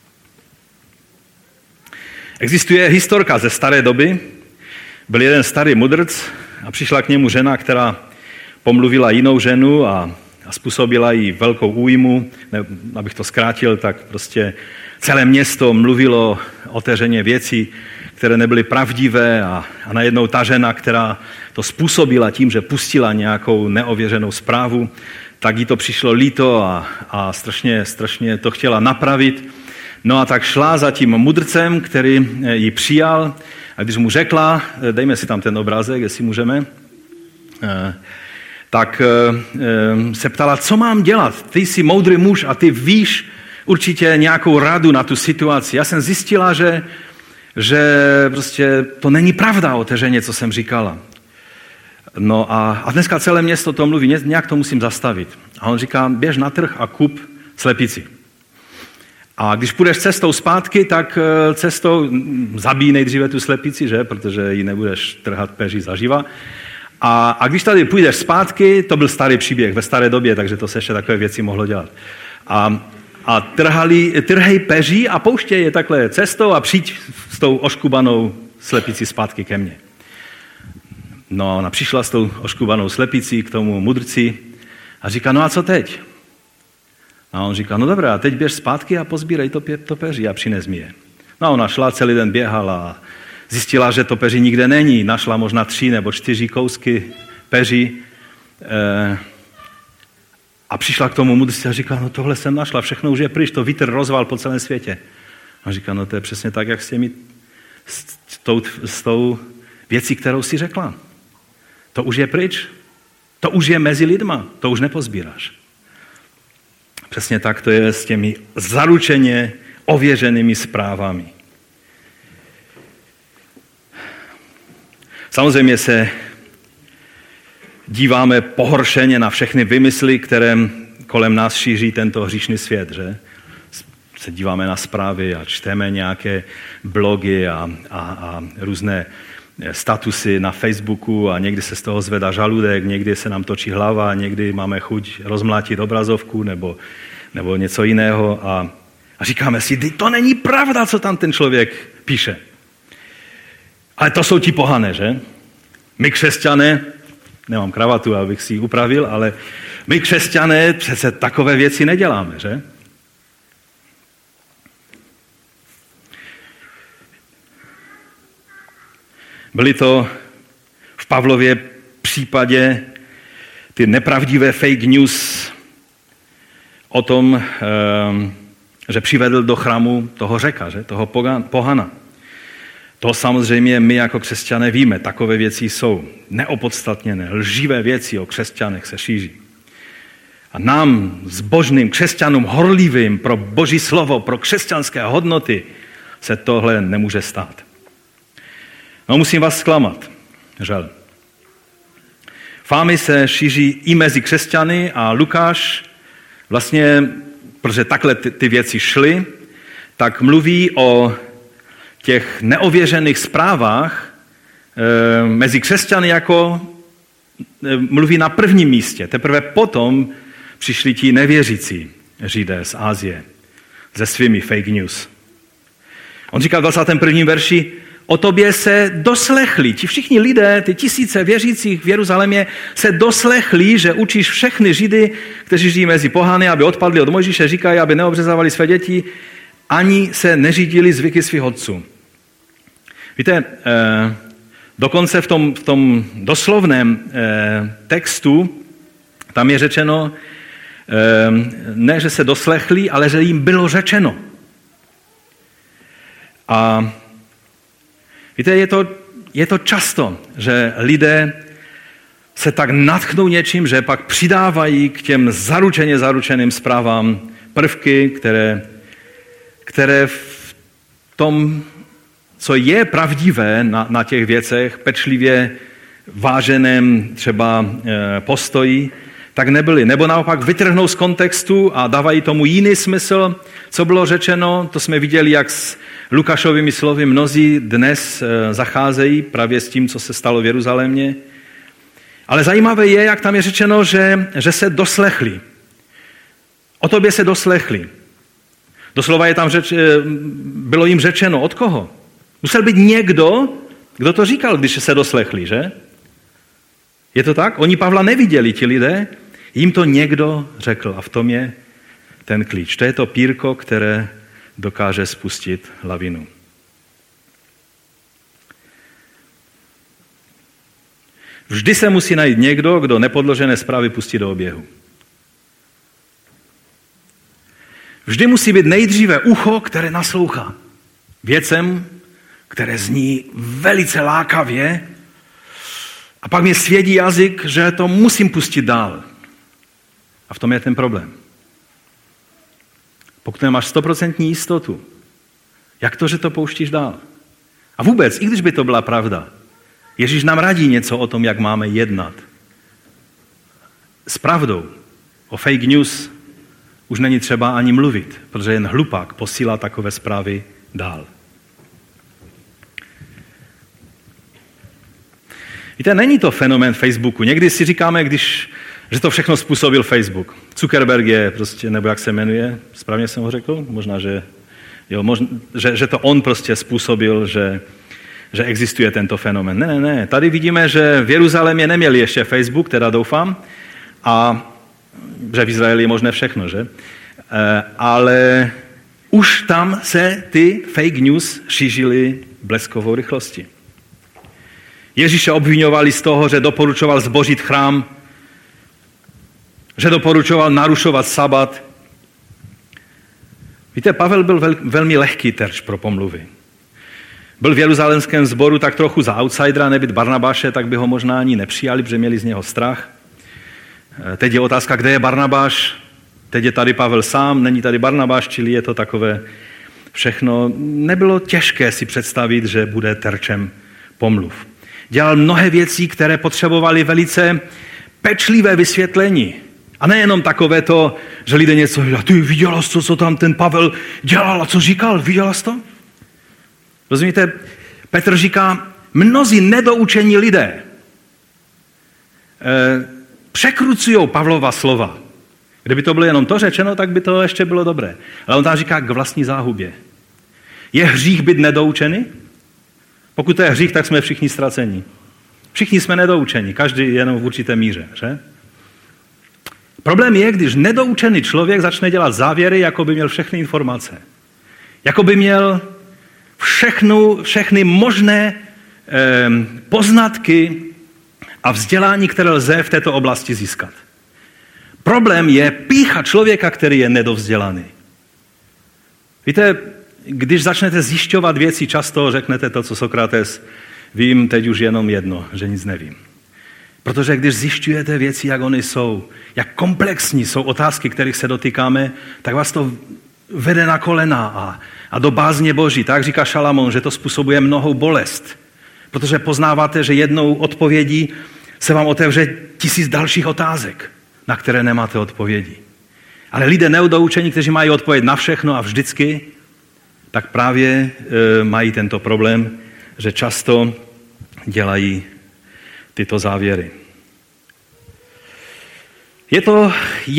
Existuje historka ze staré doby. Byl jeden starý mudrc a přišla k němu žena, která pomluvila jinou ženu a způsobila jí velkou újmu. Abych to zkrátil, tak prostě celé město mluvilo otevřeně věcí, které nebyly pravdivé a najednou ta žena, která to způsobila tím, že pustila nějakou neověřenou zprávu, tak jí to přišlo líto a strašně to chtěla napravit. No a tak šla za tím mudrcem, který ji přijal, a když mu řekla, dejme si tam ten obrázek, jestli můžeme, tak se ptala, co mám dělat? Ty jsi moudrý muž a ty víš určitě nějakou radu na tu situaci. Já jsem zjistila, že prostě to není pravda otevřeně, co jsem říkala. No a dneska celé město to mluví, nějak to musím zastavit. A on říká, běž na trh a kup slepici. A když půjdeš cestou zpátky, tak cestou zabij nejdříve tu slepici, že? Protože ji nebudeš trhat peří zaživa. A když tady půjdeš zpátky, to byl starý příběh ve staré době, takže to se ještě takové věci mohlo dělat. A trhej peří a pouštěj je takhle cestou a přijď s tou oškubanou slepicí zpátky ke mně. No a ona přišla s tou oškubanou slepicí k tomu mudrci a říká, no a co teď? A on říká, no dobré, a teď běž zpátky a pozbírej to peří a přines mi je. No a ona šla, celý den běhala a zjistila, že to peří nikde není. Našla možná 3 nebo 4 kousky peří a přišla k tomu mudrci a říká, no tohle jsem našla, všechno už je pryč, to vítr rozval po celém světě. A říká, no to je přesně tak, jak s tou věcí, kterou si řekla. To už je pryč, to už je mezi lidma, to už nepozbíráš. Přesně tak to je s těmi zaručeně ověřenými zprávami. Samozřejmě se díváme pohoršeně na všechny vymysly, které kolem nás šíří tento hříšný svět, že? Se díváme na zprávy a čteme nějaké blogy a různé statusy na Facebooku a někdy se z toho zvedá žaludek, někdy se nám točí hlava, někdy máme chuť rozmlátit obrazovku nebo něco jiného a říkáme si, to není pravda, co tam ten člověk píše. Ale to jsou ti pohané, že? My křesťané, nemám kravatu, abych si ji upravil, ale my křesťané přece takové věci neděláme, že? Byly to v Pavlově případě ty nepravdivé fake news o tom, že přivedl do chrámu toho Řeka, že? Toho pohana. To samozřejmě my jako křesťané víme, takové věci jsou neopodstatněné, lživé věci o křesťanech se šíří. A nám, zbožným křesťanům, horlivým pro Boží slovo, pro křesťanské hodnoty, se tohle nemůže stát. No musím vás zklamat, žel. Fámy se šíří i mezi křesťany a Lukáš vlastně, protože takhle ty věci šly, tak mluví o těch neověřených zprávách mezi křesťany jako mluví na prvním místě. Teprve potom přišli ti nevěřící Židé z Asie se svými fake news. On říká v 21. verši, o tobě se doslechli. Ti všichni lidé, ty tisíce věřících v Jeruzalémě se doslechli, že učíš všechny Židy, kteří žijí mezi pohany, aby odpadli od Mojžíše, říkají, aby neobřezávali své děti ani se neřídili zvyky svých otců. Víte, dokonce v tom doslovném textu tam je řečeno, ne, že se doslechli, ale že jim bylo řečeno. A víte, je to často, že lidé se tak nadchnou něčím, že pak přidávají k těm zaručeným zprávám prvky, které v tom, co je pravdivé na těch věcech, pečlivě váženém třeba postoji, tak nebyly. Nebo naopak vytrhnou z kontextu a dávají tomu jiný smysl, co bylo řečeno. To jsme viděli, jak s Lukášovými slovy mnozí dnes zacházejí právě s tím, co se stalo v Jeruzalémě. Ale zajímavé je, jak tam je řečeno, že se doslechli. O tobě se doslechli. Doslova je tam bylo jim řečeno. Od koho? Musel být někdo, kdo to říkal, když se doslechli, že? Je to tak? Oni Pavla neviděli, ti lidé, jim to někdo řekl a v tom je ten klíč. To je to pírko, které dokáže spustit lavinu. Vždy se musí najít někdo, kdo nepodložené zprávy pustí do oběhu. Vždy musí být nejdříve ucho, které naslouchá věcem, které zní velice lákavě, a pak mě svědí jazyk, že to musím pustit dál. A v tom je ten problém. Pokud nemáš 100% jistotu, jak to, že to pouštíš dál? A vůbec, i když by to byla pravda, Ježíš nám radí něco o tom, jak máme jednat. S pravdou. O fake news už není třeba ani mluvit, protože jen hlupák posílá takové zprávy dál. Víte, není to fenomén Facebooku. Někdy si říkáme, že to všechno způsobil Facebook. Zuckerberg je prostě, nebo jak se jmenuje, správně jsem ho řekl? Možná, že to on prostě způsobil, že existuje tento fenomén. Ne. Tady vidíme, že v Jeruzalémě neměli ještě Facebook, teda doufám, a že v Izraeli je možné všechno, že? Ale už tam se ty fake news šířily bleskovou rychlostí. Ježíše obviňovali z toho, že doporučoval zbořit chrám, že doporučoval narušovat sabat. Víte, Pavel byl velmi lehký terč pro pomluvy. Byl v jeruzalémském sboru tak trochu za outsidera, nebyt Barnabáše, tak by ho možná ani nepřijali, protože měli z něho strach. Teď je otázka, kde je Barnabáš. Teď je tady Pavel sám, není tady Barnabáš, čili je to takové všechno. Nebylo těžké si představit, že bude terčem pomluv. Dělal mnohé věcí, které potřebovaly velice pečlivé vysvětlení. A nejenom takové to, že lidé něco říkají, ty viděla jsi to, co tam ten Pavel dělal a co říkal, viděla jsi to? Rozumíte, Petr říká, mnozí nedoučení lidé překrucují Pavlova slova. Kdyby to bylo jenom to řečeno, tak by to ještě bylo dobré. Ale on tam říká k vlastní záhubě. Je hřích být nedoučený? Pokud to je hřích, tak jsme všichni ztraceni. Všichni jsme nedoučeni, každý jenom v určité míře, že? Problém je, když nedoučený člověk začne dělat závěry, jako by měl všechny informace. Jako by měl všechny možné poznatky a vzdělání, které lze v této oblasti získat. Problém je pýcha člověka, který je nedovzdělaný. Víte, když začnete zjišťovat věci, často řeknete to, co Sokrates, vím teď už jenom jedno, že nic nevím. Protože když zjišťujete věci, jak oni jsou, jak komplexní jsou otázky, kterých se dotýkáme, tak vás to vede na kolena a do bázně Boží. Tak říká Šalamón, že to způsobuje mnohou bolest. Protože poznáváte, že jednou odpovědí se vám otevře 1000 dalších otázek, na které nemáte odpovědi. Ale lidé neudoučení, kteří mají odpověď na všechno a vždycky, tak právě mají tento problém, že často dělají tyto závěry. Je to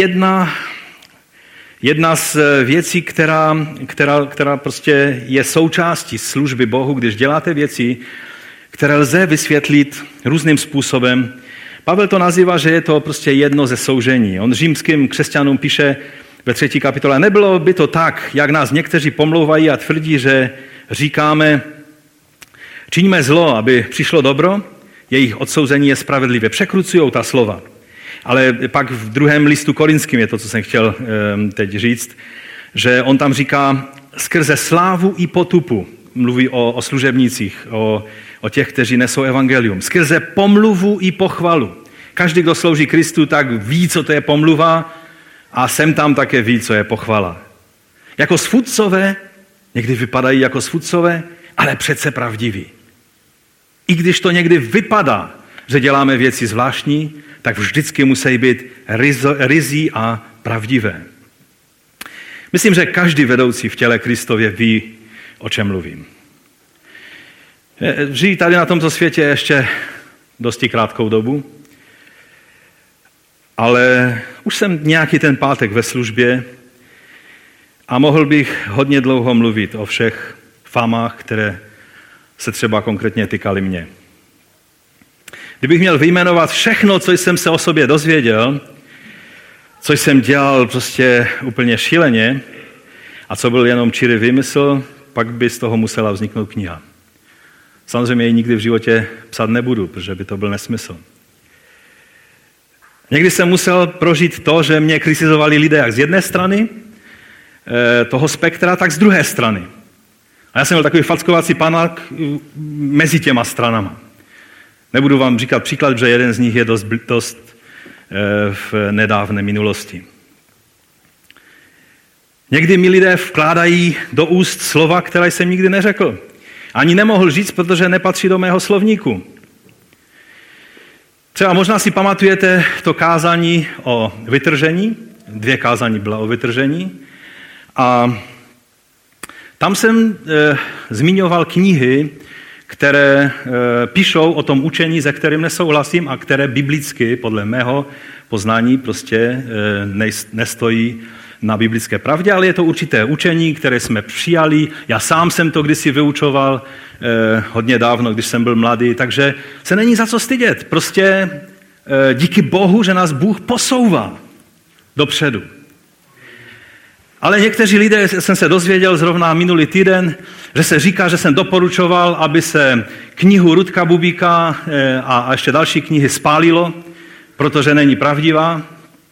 jedna z věcí, která prostě je součástí služby Bohu, když děláte věci, které lze vysvětlit různým způsobem. Pavel to nazývá, že je to prostě jedno ze soužení. On římským křesťanům píše ve 3. kapitole. Nebylo by to tak, jak nás někteří pomlouvají a tvrdí, že říkáme, čiňme zlo, aby přišlo dobro, jejich odsouzení je spravedlivé. Překrucují ta slova. Ale pak v 2. listu Korinským je to, co jsem chtěl teď říct, že on tam říká, skrze slávu i potupu, mluví o služebnících, o těch, kteří nesou evangelium, skrze pomluvu i pochvalu. Každý, kdo slouží Kristu, tak ví, co to je pomluva a sem tam také ví, co je pochvala. Jako svůdcové, někdy vypadají jako svůdcové, ale přece pravdiví. I když to někdy vypadá, že děláme věci zvláštní, tak vždycky musí být ryzí a pravdivé. Myslím, že každý vedoucí v těle Kristově ví, o čem mluvím. Žijí tady na tomto světě ještě dosti krátkou dobu, ale už jsem nějaký ten pátek ve službě a mohl bych hodně dlouho mluvit o všech famách, které se třeba konkrétně týkaly mě. Kdybych měl vyjmenovat všechno, co jsem se o sobě dozvěděl, co jsem dělal prostě úplně šíleně a co byl jenom čirý výmysl, pak by z toho musela vzniknout kniha. Samozřejmě ji nikdy v životě psát nebudu, protože by to byl nesmysl. Někdy jsem musel prožít to, že mě kritizovali lidé jak z jedné strany toho spektra, tak z druhé strany. A já jsem měl takový fackovací panák mezi těma stranama. Nebudu vám říkat příklad, že jeden z nich je dost v nedávné minulosti. Někdy mi lidé vkládají do úst slova, která jsem nikdy neřekl. Ani nemohl říct, protože nepatří do mého slovníku. Třeba možná si pamatujete to kázání o vytržení. 2 kázání byla o vytržení. A tam jsem zmiňoval knihy, které píšou o tom učení, se kterým nesouhlasím a které biblicky, podle mého poznání, prostě nestojí na biblické pravdě, ale je to určité učení, které jsme přijali. Já sám jsem to kdysi vyučoval hodně dávno, když jsem byl mladý, takže se není za co stydět. Prostě díky Bohu, že nás Bůh posouvá dopředu. Ale někteří lidé, jsem se dozvěděl zrovna minulý týden, že se říká, že jsem doporučoval, aby se knihu Rudka Bubíka a ještě další knihy spálilo, protože není pravdivá.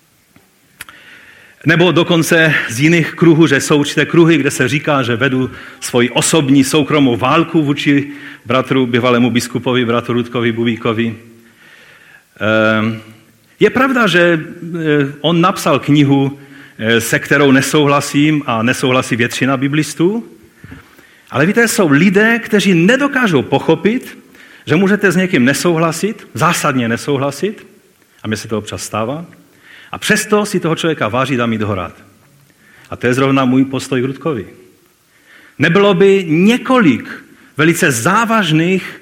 Nebo dokonce z jiných kruhů, že jsou určité kruhy, kde se říká, že vedu svoji osobní soukromou válku vůči bratru, bývalému biskupovi, bratru Rudkovi Bubíkovi. Je pravda, že on napsal knihu, se kterou nesouhlasím a nesouhlasí většina biblistů, ale víte, jsou lidé, kteří nedokážou pochopit, že můžete s někým nesouhlasit, zásadně nesouhlasit, a mně se to občas stává, a přesto si toho člověka vážit a mít ho rád. A to je zrovna můj postoj k Rudkovi. Nebylo by několik velice závažných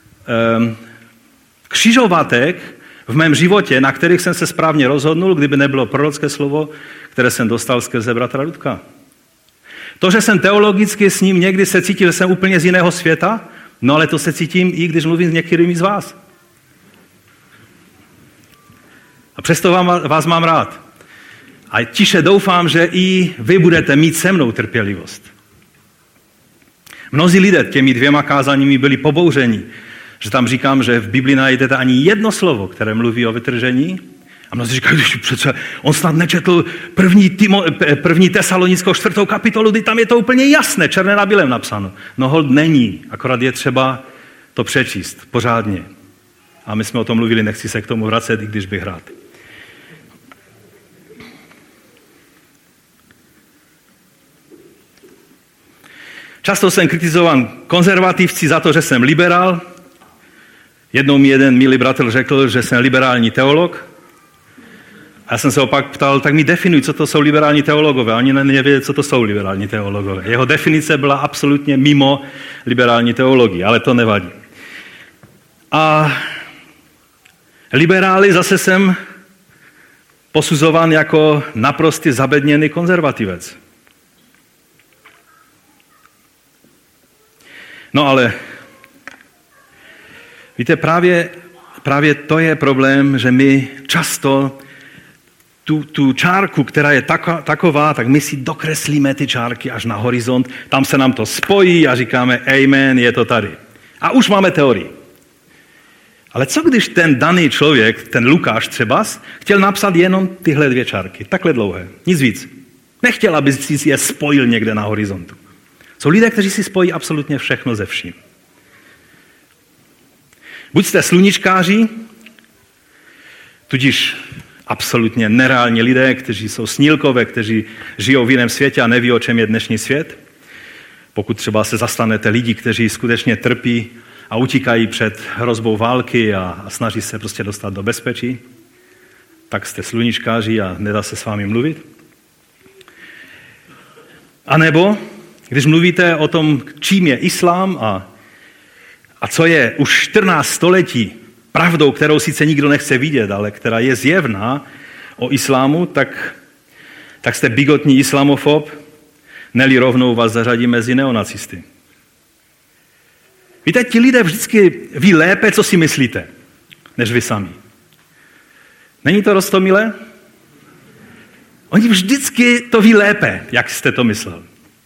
křižovatek v mém životě, na kterých jsem se správně rozhodnul, kdyby nebylo prorocké slovo, které jsem dostal skrze bratra Rudka. To, že jsem teologicky s ním někdy se cítil, že jsem úplně z jiného světa, no ale to se cítím i když mluvím s některými z vás. A přesto vás mám rád. A tiše doufám, že i vy budete mít se mnou trpělivost. Mnozí lidé těmi 2 kázáními byli pobouřeni, že tam říkám, že v Biblii najdete ani jedno slovo, které mluví o vytržení. A mnozí říkají, že přece on snad nečetl první Tesalonickou 4. kapitolu, kdy tam je to úplně jasné, černé na bílém napsáno. No hold není, akorát je třeba to přečíst pořádně. A my jsme o tom mluvili, nechci se k tomu vracet, i když bych rád. Často jsem kritizovan konzervativci za to, že jsem liberál. Jednou mi jeden milý bratr řekl, že jsem liberální teolog. A já jsem se opak ptal, tak mi definuj, co to jsou liberální teologové. Oni nevěděli, co to jsou liberální teologové. Jeho definice byla absolutně mimo liberální teologii, ale to nevadí. A liberály zase jsem posuzován jako naprostý zabedněný konzervativec. No ale víte, právě to je problém, že my často tu čárku, která je taková, tak my si dokreslíme ty čárky až na horizont, tam se nám to spojí a říkáme amen, je to tady. A už máme teorii. Ale co když ten daný člověk, ten Lukáš třeba, chtěl napsat jenom tyhle 2 čárky, takhle dlouhé, nic víc. Nechtěl, aby si je spojil někde na horizontu. Jsou lidé, kteří si spojí absolutně všechno ze vším. Buď jste sluníčkáři, tudíž absolutně nereální lidé, kteří jsou snílkové, kteří žijou v jiném světě a neví, o čem je dnešní svět. Pokud třeba se zastanete lidi, kteří skutečně trpí a utíkají před hrozbou války a snaží se prostě dostat do bezpečí, tak jste sluníčkáři a nedá se s vámi mluvit. A nebo, když mluvíte o tom, čím je islám a co je už 14 století pravdou, kterou sice nikdo nechce vidět, ale která je zjevná o islámu, tak jste bigotní islamofob, neli rovnou vás zařadí mezi neonacisty. Víte, ti lidé vždycky ví lépe, co si myslíte, než vy sami. Není to roztomilé? Oni vždycky to ví lépe, jak jste to myslel.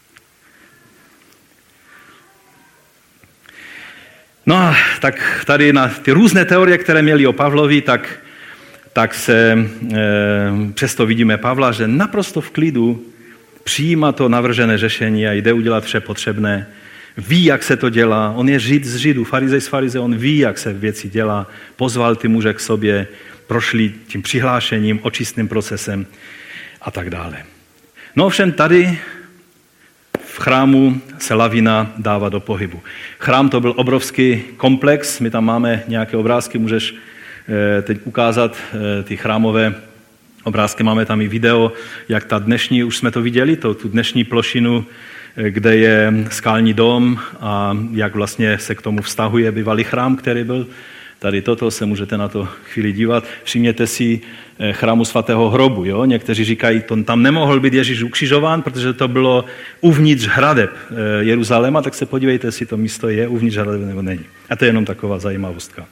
No a tak tady na ty různé teorie, které měli o Pavlovi, tak se přesto vidíme Pavla, že naprosto v klidu přijímá to navržené řešení a jde udělat vše potřebné. Ví, jak se to dělá. On je Žid z Židů, farizej z farizej, on ví, jak se věci dělá. Pozval ty muže k sobě, prošli tím přihlášením, očistným procesem a tak dále. No ovšem tady v chrámu se lavina dává do pohybu. Chrám to byl obrovský komplex, my tam máme nějaké obrázky, můžeš teď ukázat ty chrámové obrázky, máme tam i video, jak ta dnešní, už jsme to viděli, tu dnešní plošinu, kde je skalní dom a jak vlastně se k tomu vztahuje bývalý chrám, který byl. Tady toto se můžete na to chvíli dívat. Všimněte si chrámu svatého hrobu. Jo? Někteří říkají, to tam nemohl být Ježíš ukřižován, protože to bylo uvnitř hradeb Jeruzaléma, tak se podívejte, jestli to místo je uvnitř hradeb nebo není. A to je jenom taková zajímavostka.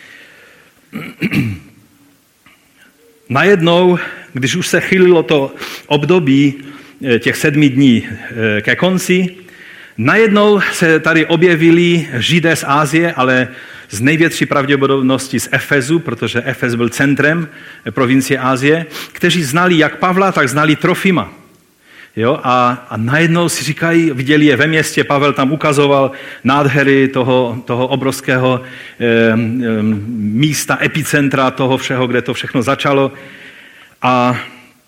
Najednou, když už se chýlilo to období těch 7 dní ke konci, najednou se tady objevili Židé z Asie, ale z největší pravděpodobnosti z Efezu, protože Efez byl centrem provincie Asie, kteří znali jak Pavla, tak znali Trofima. Jo? A najednou si říkají, viděli je ve městě, Pavel tam ukazoval nádhery toho obrovského místa, epicentra toho všeho, kde to všechno začalo. A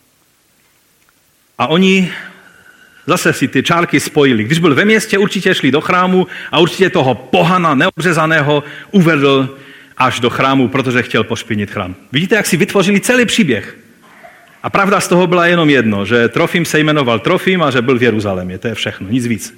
oni zase si ty čárky spojili. Když byl ve městě, určitě šli do chrámu a určitě toho pohana neobřezaného uvedl až do chrámu, protože chtěl pošpinit chrám. Vidíte, jak si vytvořili celý příběh. A pravda z toho byla jenom jedno, že Trofim se jmenoval Trofim a že byl v Jeruzalémě. To je všechno, nic víc.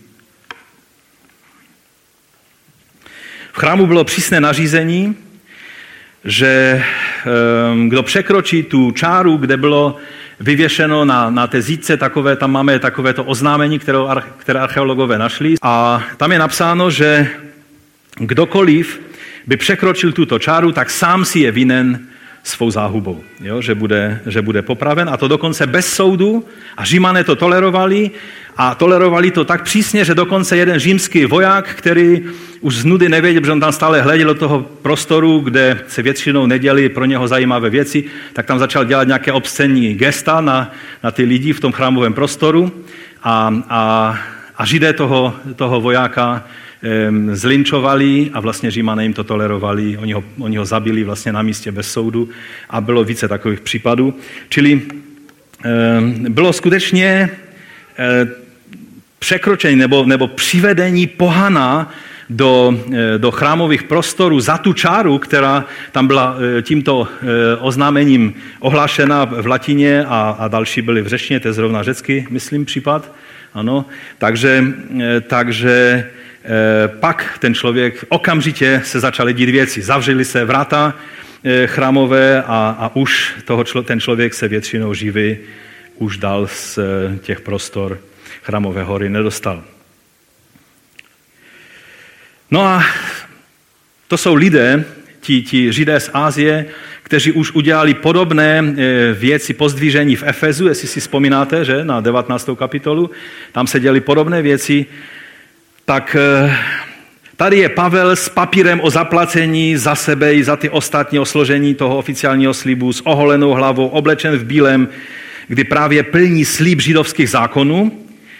V chrámu bylo přísné nařízení, že kdo překročí tu čáru, kde bylo vyvěšeno na té zítce, tam máme takovéto oznámení, které archeologové našli. A tam je napsáno, že kdokoliv by překročil tuto čáru, tak sám si je vinen svou záhubou, jo? Že bude popraven. A to dokonce bez soudu. A Římané to tolerovali. A tolerovali to tak přísně, že dokonce jeden římský voják, který už z nudy nevěděl, protože on tam stále hleděl do toho prostoru, kde se většinou neděli pro něho zajímavé věci, tak tam začal dělat nějaké obscenní gesta na ty lidi v tom chrámovém prostoru. A Židé toho vojáka zlinčovali a vlastně Římané jim to tolerovali. Oni ho zabili vlastně na místě bez soudu a bylo více takových případů. Čili bylo skutečně překročení nebo přivedení pohana do chrámových prostorů za tu čáru, která tam byla tímto oznámením ohlášena v latině a další byly v řečtině, to je zrovna řecký, myslím, případ. Ano, takže pak ten člověk okamžitě se začaly dít věci. Zavřely se vrata chrámové a už ten člověk se většinou živý už dál z těch prostor chrámové hory nedostal. No a to jsou lidé, ti Židé z Asie, kteří už udělali podobné věci pozdvižení v Efezu, jestli si vzpomínáte, že na 19. kapitolu, tam se děly podobné věci, tak tady je Pavel s papírem o zaplacení za sebe i za ty ostatní o složení toho oficiálního slibu s oholenou hlavou, oblečen v bílém, kdy právě plní slib židovských zákonů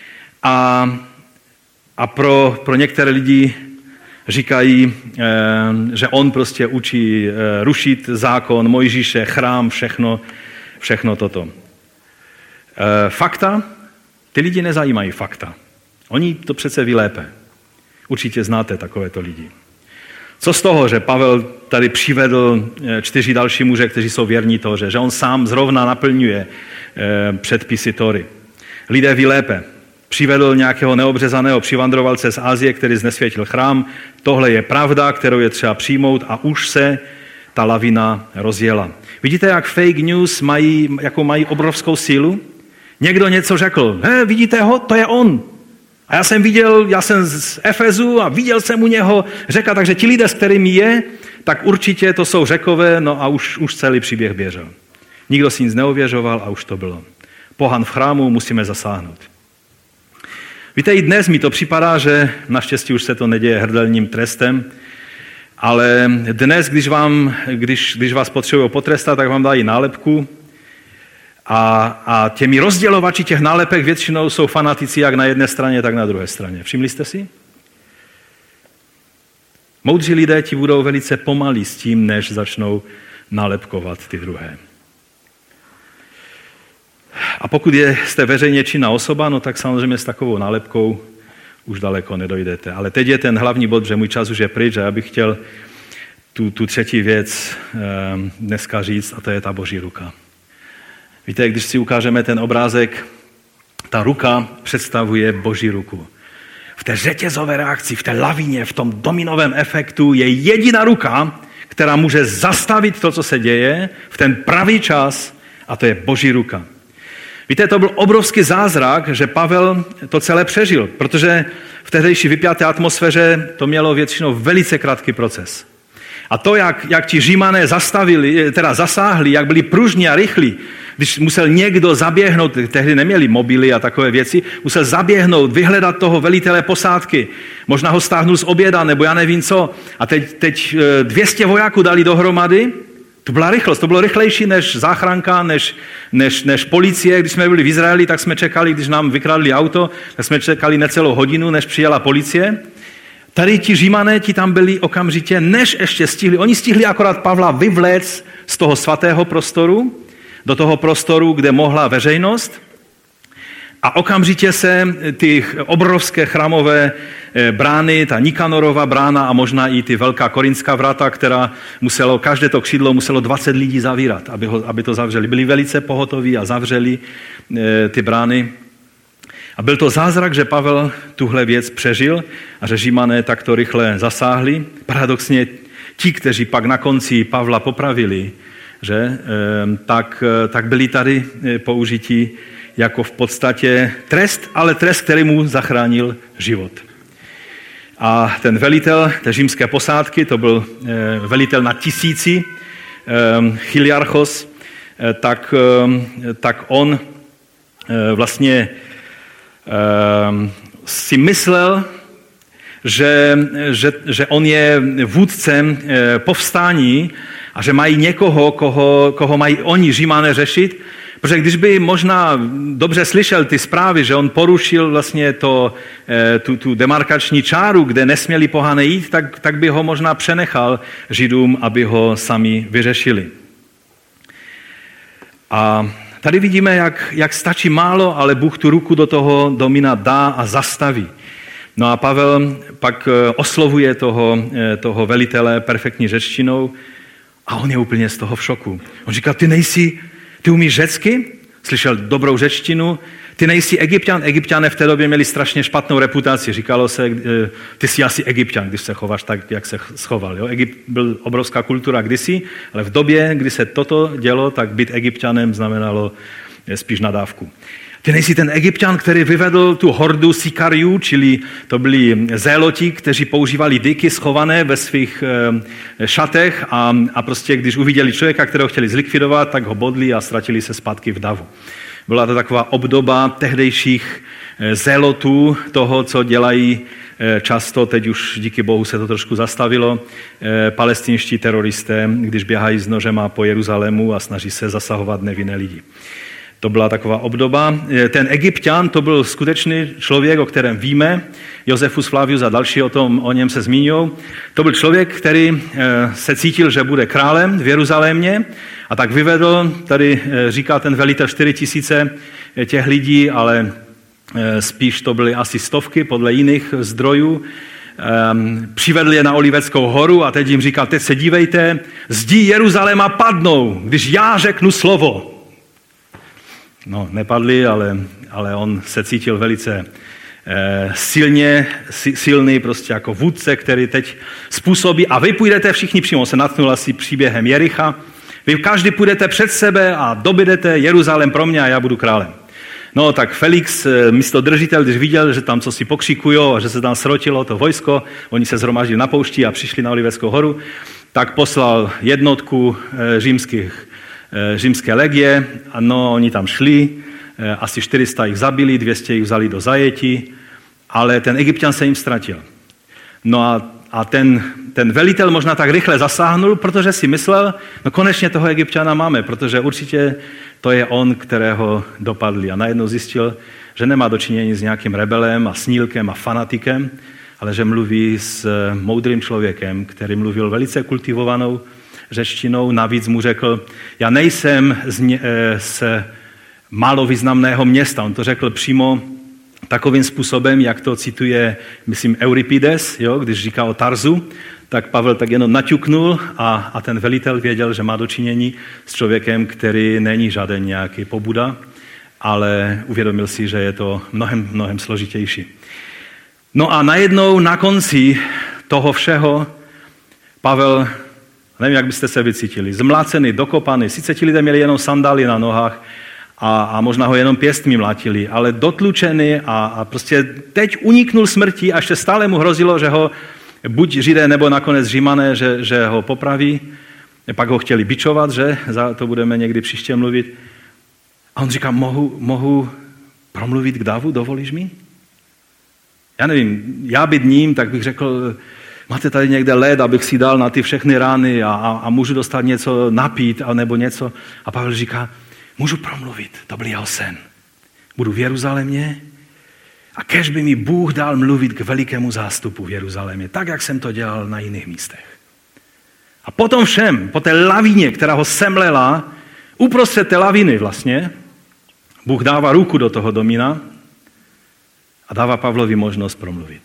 a pro některé lidi říkají, že on prostě učí rušit zákon, Mojžíše, chrám, všechno toto. Fakta? Ty lidi nezajímají fakta. Oni to přece ví lépe. Určitě znáte takovéto lidi. Co z toho, že Pavel tady přivedl 4 další muže, kteří jsou věrní Tóře, že on sám zrovna naplňuje předpisy Tóry. Lidé ví lépe. Přivedl nějakého neobřezaného přivandrovalce z Asie, který znesvětil chrám. Tohle je pravda, kterou je třeba přijmout a už se ta lavina rozjela. Vidíte, jak fake news mají obrovskou sílu? Někdo něco řekl. Vidíte ho? To je on. A já jsem z Efezu a viděl jsem u něho Řeka, takže ti lidé, s kterými je, tak určitě to jsou Řekové, no a už celý příběh běžel. Nikdo si nic neuvěřoval a už to bylo. Pohan v chrámu, musíme zasáhnout. Víte, i dnes mi to připadá, že naštěstí už se to neděje hrdelním trestem, ale dnes, když vás potřebují potrestat, tak vám dají nálepku a těmi rozdělovači těch nálepek většinou jsou fanatici jak na jedné straně, tak na druhé straně. Všimli jste si? Moudří lidé ti budou velice pomalí s tím, než začnou nálepkovat ty druhé. A pokud jste veřejně činná osoba, no tak samozřejmě s takovou nálepkou už daleko nedojdete. Ale teď je ten hlavní bod, že můj čas už je pryč a já bych chtěl tu třetí věc dneska říct, a to je ta Boží ruka. Víte, když si ukážeme ten obrázek, ta ruka představuje Boží ruku. V té řetězové reakci, v té lavině, v tom dominovém efektu je jediná ruka, která může zastavit to, co se děje v ten pravý čas, a to je Boží ruka. Víte, to byl obrovský zázrak, že Pavel to celé přežil, protože v tehdejší vypjaté atmosféře to mělo většinou velice krátký proces. A to, jak ti Římané zasáhli, jak byli pružní a rychlí, když musel někdo zaběhnout, tehdy neměli mobily a takové věci, musel zaběhnout, vyhledat toho velitele posádky, možná ho stáhnul z oběda, nebo já nevím co. A teď 200 vojáků dali dohromady. To byla rychlost, to bylo rychlejší než záchranka, než policie. Když jsme byli v Izraeli, tak jsme čekali, když nám vykradli auto, tak jsme čekali necelou hodinu, než přijela policie. Tady ti Římané, ti tam byli okamžitě, než ještě stihli. Oni stihli akorát Pavla vyvléct z toho svatého prostoru do toho prostoru, kde mohla veřejnost. A okamžitě se ty obrovské chrámové brány, ta Nikanorova brána a možná i ty velká korintská vrata, která každé to křídlo muselo 20 lidí zavírat, aby to zavřeli. Byli velice pohotoví a zavřeli ty brány. A byl to zázrak, že Pavel tuhle věc přežil a že Římané takto rychle zasáhli. Paradoxně ti, kteří pak na konci Pavla popravili, že, tak byli tady použiti jako v podstatě trest, ale trest, který mu zachránil život. A ten velitel té římské posádky, to byl velitel na 1000, Chiliarchos, tak on vlastně si myslel, že on je vůdcem povstání a že mají někoho, koho mají oni, Římané, řešit. Protože když by možná dobře slyšel ty zprávy, že on porušil vlastně tu demarkační čáru, kde nesměli pohané jít, tak by ho možná přenechal Židům, aby ho sami vyřešili. A tady vidíme, jak stačí málo, ale Bůh tu ruku do toho domina dá a zastaví. No a Pavel pak oslovuje toho velitele perfektní řečtinou a on je úplně z toho v šoku. On říká, ty umíš řecky? Slyšel dobrou řečtinu. Ty nejsi Egypťan? Egypťané v té době měli strašně špatnou reputaci. Říkalo se, ty jsi asi Egypťan, když se chováš tak, jak se schoval. Jo? Egypt byl obrovská kultura kdysi, ale v době, kdy se toto dělo, tak být Egypťanem znamenalo spíš nadávku. Ty nejsi ten Egypťan, který vyvedl tu hordu Sikariů, čili to byli zéloti, kteří používali dyky schované ve svých šatech a prostě když uviděli člověka, kterého chtěli zlikvidovat, tak ho bodli a ztratili se zpátky v davu. Byla to taková obdoba tehdejších zélotů, toho, co dělají často, teď už díky Bohu se to trošku zastavilo, palestinští teroristé, když běhají s nožema po Jeruzalému a snaží se zasahovat nevinné lidi. To byla taková obdoba. Ten Egypťan, to byl skutečný člověk, o kterém víme. Josephus Flavius a další o něm se zmíňují. To byl člověk, který se cítil, že bude králem v Jeruzalémě a tak vyvedl, tady říká ten velitel 4 000 těch lidí, ale spíš to byly asi stovky podle jiných zdrojů. Přivedl je na Oliveckou horu a teď jim říkal, teď se dívejte, zdi Jeruzaléma padnou, když já řeknu slovo. No, nepadli, ale on se cítil velice silný, prostě jako vůdce, který teď způsobí a vy půjdete všichni přímo, se natknul asi příběhem Jericha, vy každý půjdete před sebe a dobydete Jeruzalém pro mě a já budu králem. No tak Felix, místodržitel, když viděl, že tam co si pokřikujou a že se tam srotilo to vojsko, oni se shromáždili na poušti a přišli na Oliveckou horu, tak poslal jednotku římské legie, no oni tam šli, asi 400 jich zabili, 200 jich vzali do zajetí, ale ten Egypťan se jim ztratil. No a ten velitel možná tak rychle zasáhnul, protože si myslel, no konečně toho Egypťana máme, protože určitě to je on, kterého dopadli. A najednou zjistil, že nemá dočinění s nějakým rebelem a snílkem a fanatikem, ale že mluví s moudrým člověkem, který mluvil velice kultivovanou řečtinou. Navíc mu řekl, já nejsem z málo významného města. On to řekl přímo takovým způsobem, jak to cituje, myslím, Euripides, jo, když říká o Tarzu, tak Pavel tak jenom naťuknul a ten velitel věděl, že má dočinění s člověkem, který není žádný nějaký pobuda, ale uvědomil si, že je to mnohem složitější. No a najednou na konci toho všeho Pavel, nevím, jak byste se vycítili, zmlácený, dokopaný, sice ti lidé měli jenom sandály na nohách a možná ho jenom pěstmi mlátili, ale dotlučený a prostě teď uniknul smrti a ještě stále mu hrozilo, že ho buď Židé nebo nakonec Římané, že ho popraví, pak ho chtěli bičovat, že? Za to budeme někdy příště mluvit. A on říká, mohu promluvit k davu, dovolíš mi? Já nevím, já být ním, tak bych řekl, máte tady někde led, abych si dal na ty všechny rány a můžu dostat něco napít nebo něco. A Pavel říká, můžu promluvit, to byl jeho sen. Budu v Jeruzalémě a kéž by mi Bůh dal mluvit k velikému zástupu v Jeruzalémě, tak, jak jsem to dělal na jiných místech. A potom všem, po té lavině, která ho semlela, uprostřed té laviny vlastně, Bůh dává ruku do toho domina a dává Pavlovi možnost promluvit.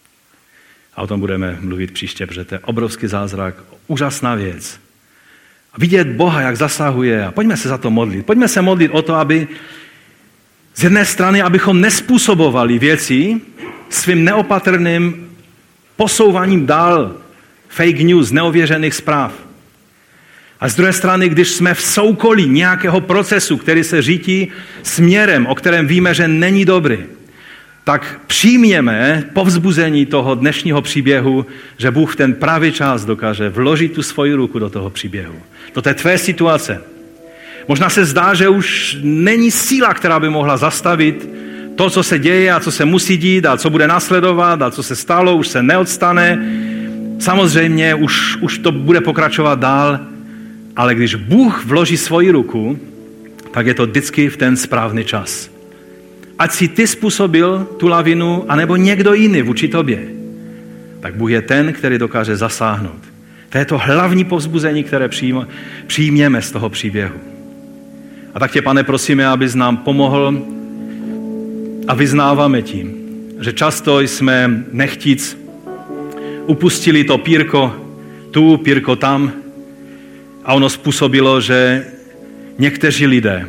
A o tom budeme mluvit příště, protože to je obrovský zázrak, úžasná věc. A vidět Boha, jak zasahuje a pojďme se za to modlit. Pojďme se modlit o to, aby z jedné strany, abychom nespůsobovali věci svým neopatrným posouváním dál fake news, neověřených zpráv. A z druhé strany, když jsme v soukolí nějakého procesu, který se řítí směrem, o kterém víme, že není dobrý, tak přijměme povzbuzení toho dnešního příběhu, že Bůh v ten pravý čas dokáže vložit tu svoji ruku do toho příběhu. Do té tvé situace. Možná se zdá, že už není síla, která by mohla zastavit to, co se děje a co se musí dít a co bude následovat a co se stalo, už se neodstane. Samozřejmě už to bude pokračovat dál, ale když Bůh vloží svoji ruku, tak je to vždycky v ten správný čas. Ať si ty způsobil tu lavinu, anebo někdo jiný vůči tobě, tak Bůh je ten, který dokáže zasáhnout. To je to hlavní povzbuzení, které přijměme z toho příběhu. A tak tě, Pane, prosíme, abys nám pomohl a vyznáváme tím, že často jsme nechtíc upustili to pírko tu, pírko tam a ono způsobilo, že někteří lidé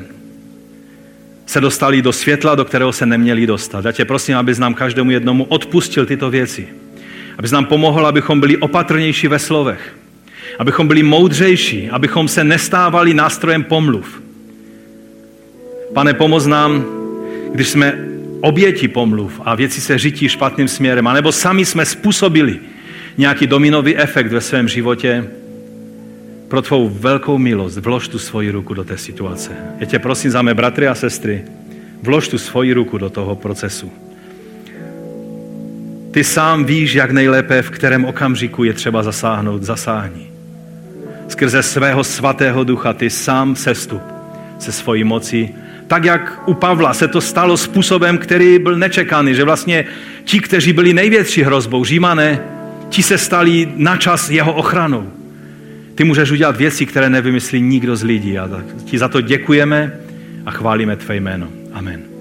se dostali do světla, do kterého se neměli dostat. Já tě prosím, abys nám každému jednomu odpustil tyto věci. Abys nám pomohl, abychom byli opatrnější ve slovech. Abychom byli moudřejší, abychom se nestávali nástrojem pomluv. Pane, pomoz nám, když jsme oběti pomluv a věci se řítí špatným směrem, anebo sami jsme způsobili nějaký dominový efekt ve svém životě, pro tvou velkou milost vlož tu svoji ruku do té situace. Já tě prosím za mé bratry a sestry, vlož tu svoji ruku do toho procesu. Ty sám víš, jak nejlépe, v kterém okamžiku je třeba zasáhnout, zasáhni. Skrze svého svatého ducha ty sám sestup se svojí mocí. Tak jak u Pavla se to stalo způsobem, který byl nečekaný, že vlastně ti, kteří byli největší hrozbou, Římané, ti se stali na čas jeho ochranou. Ty můžeš udělat věci, které nevymyslí nikdo z lidí. A ti za to děkujeme a chválíme tvé jméno. Amen.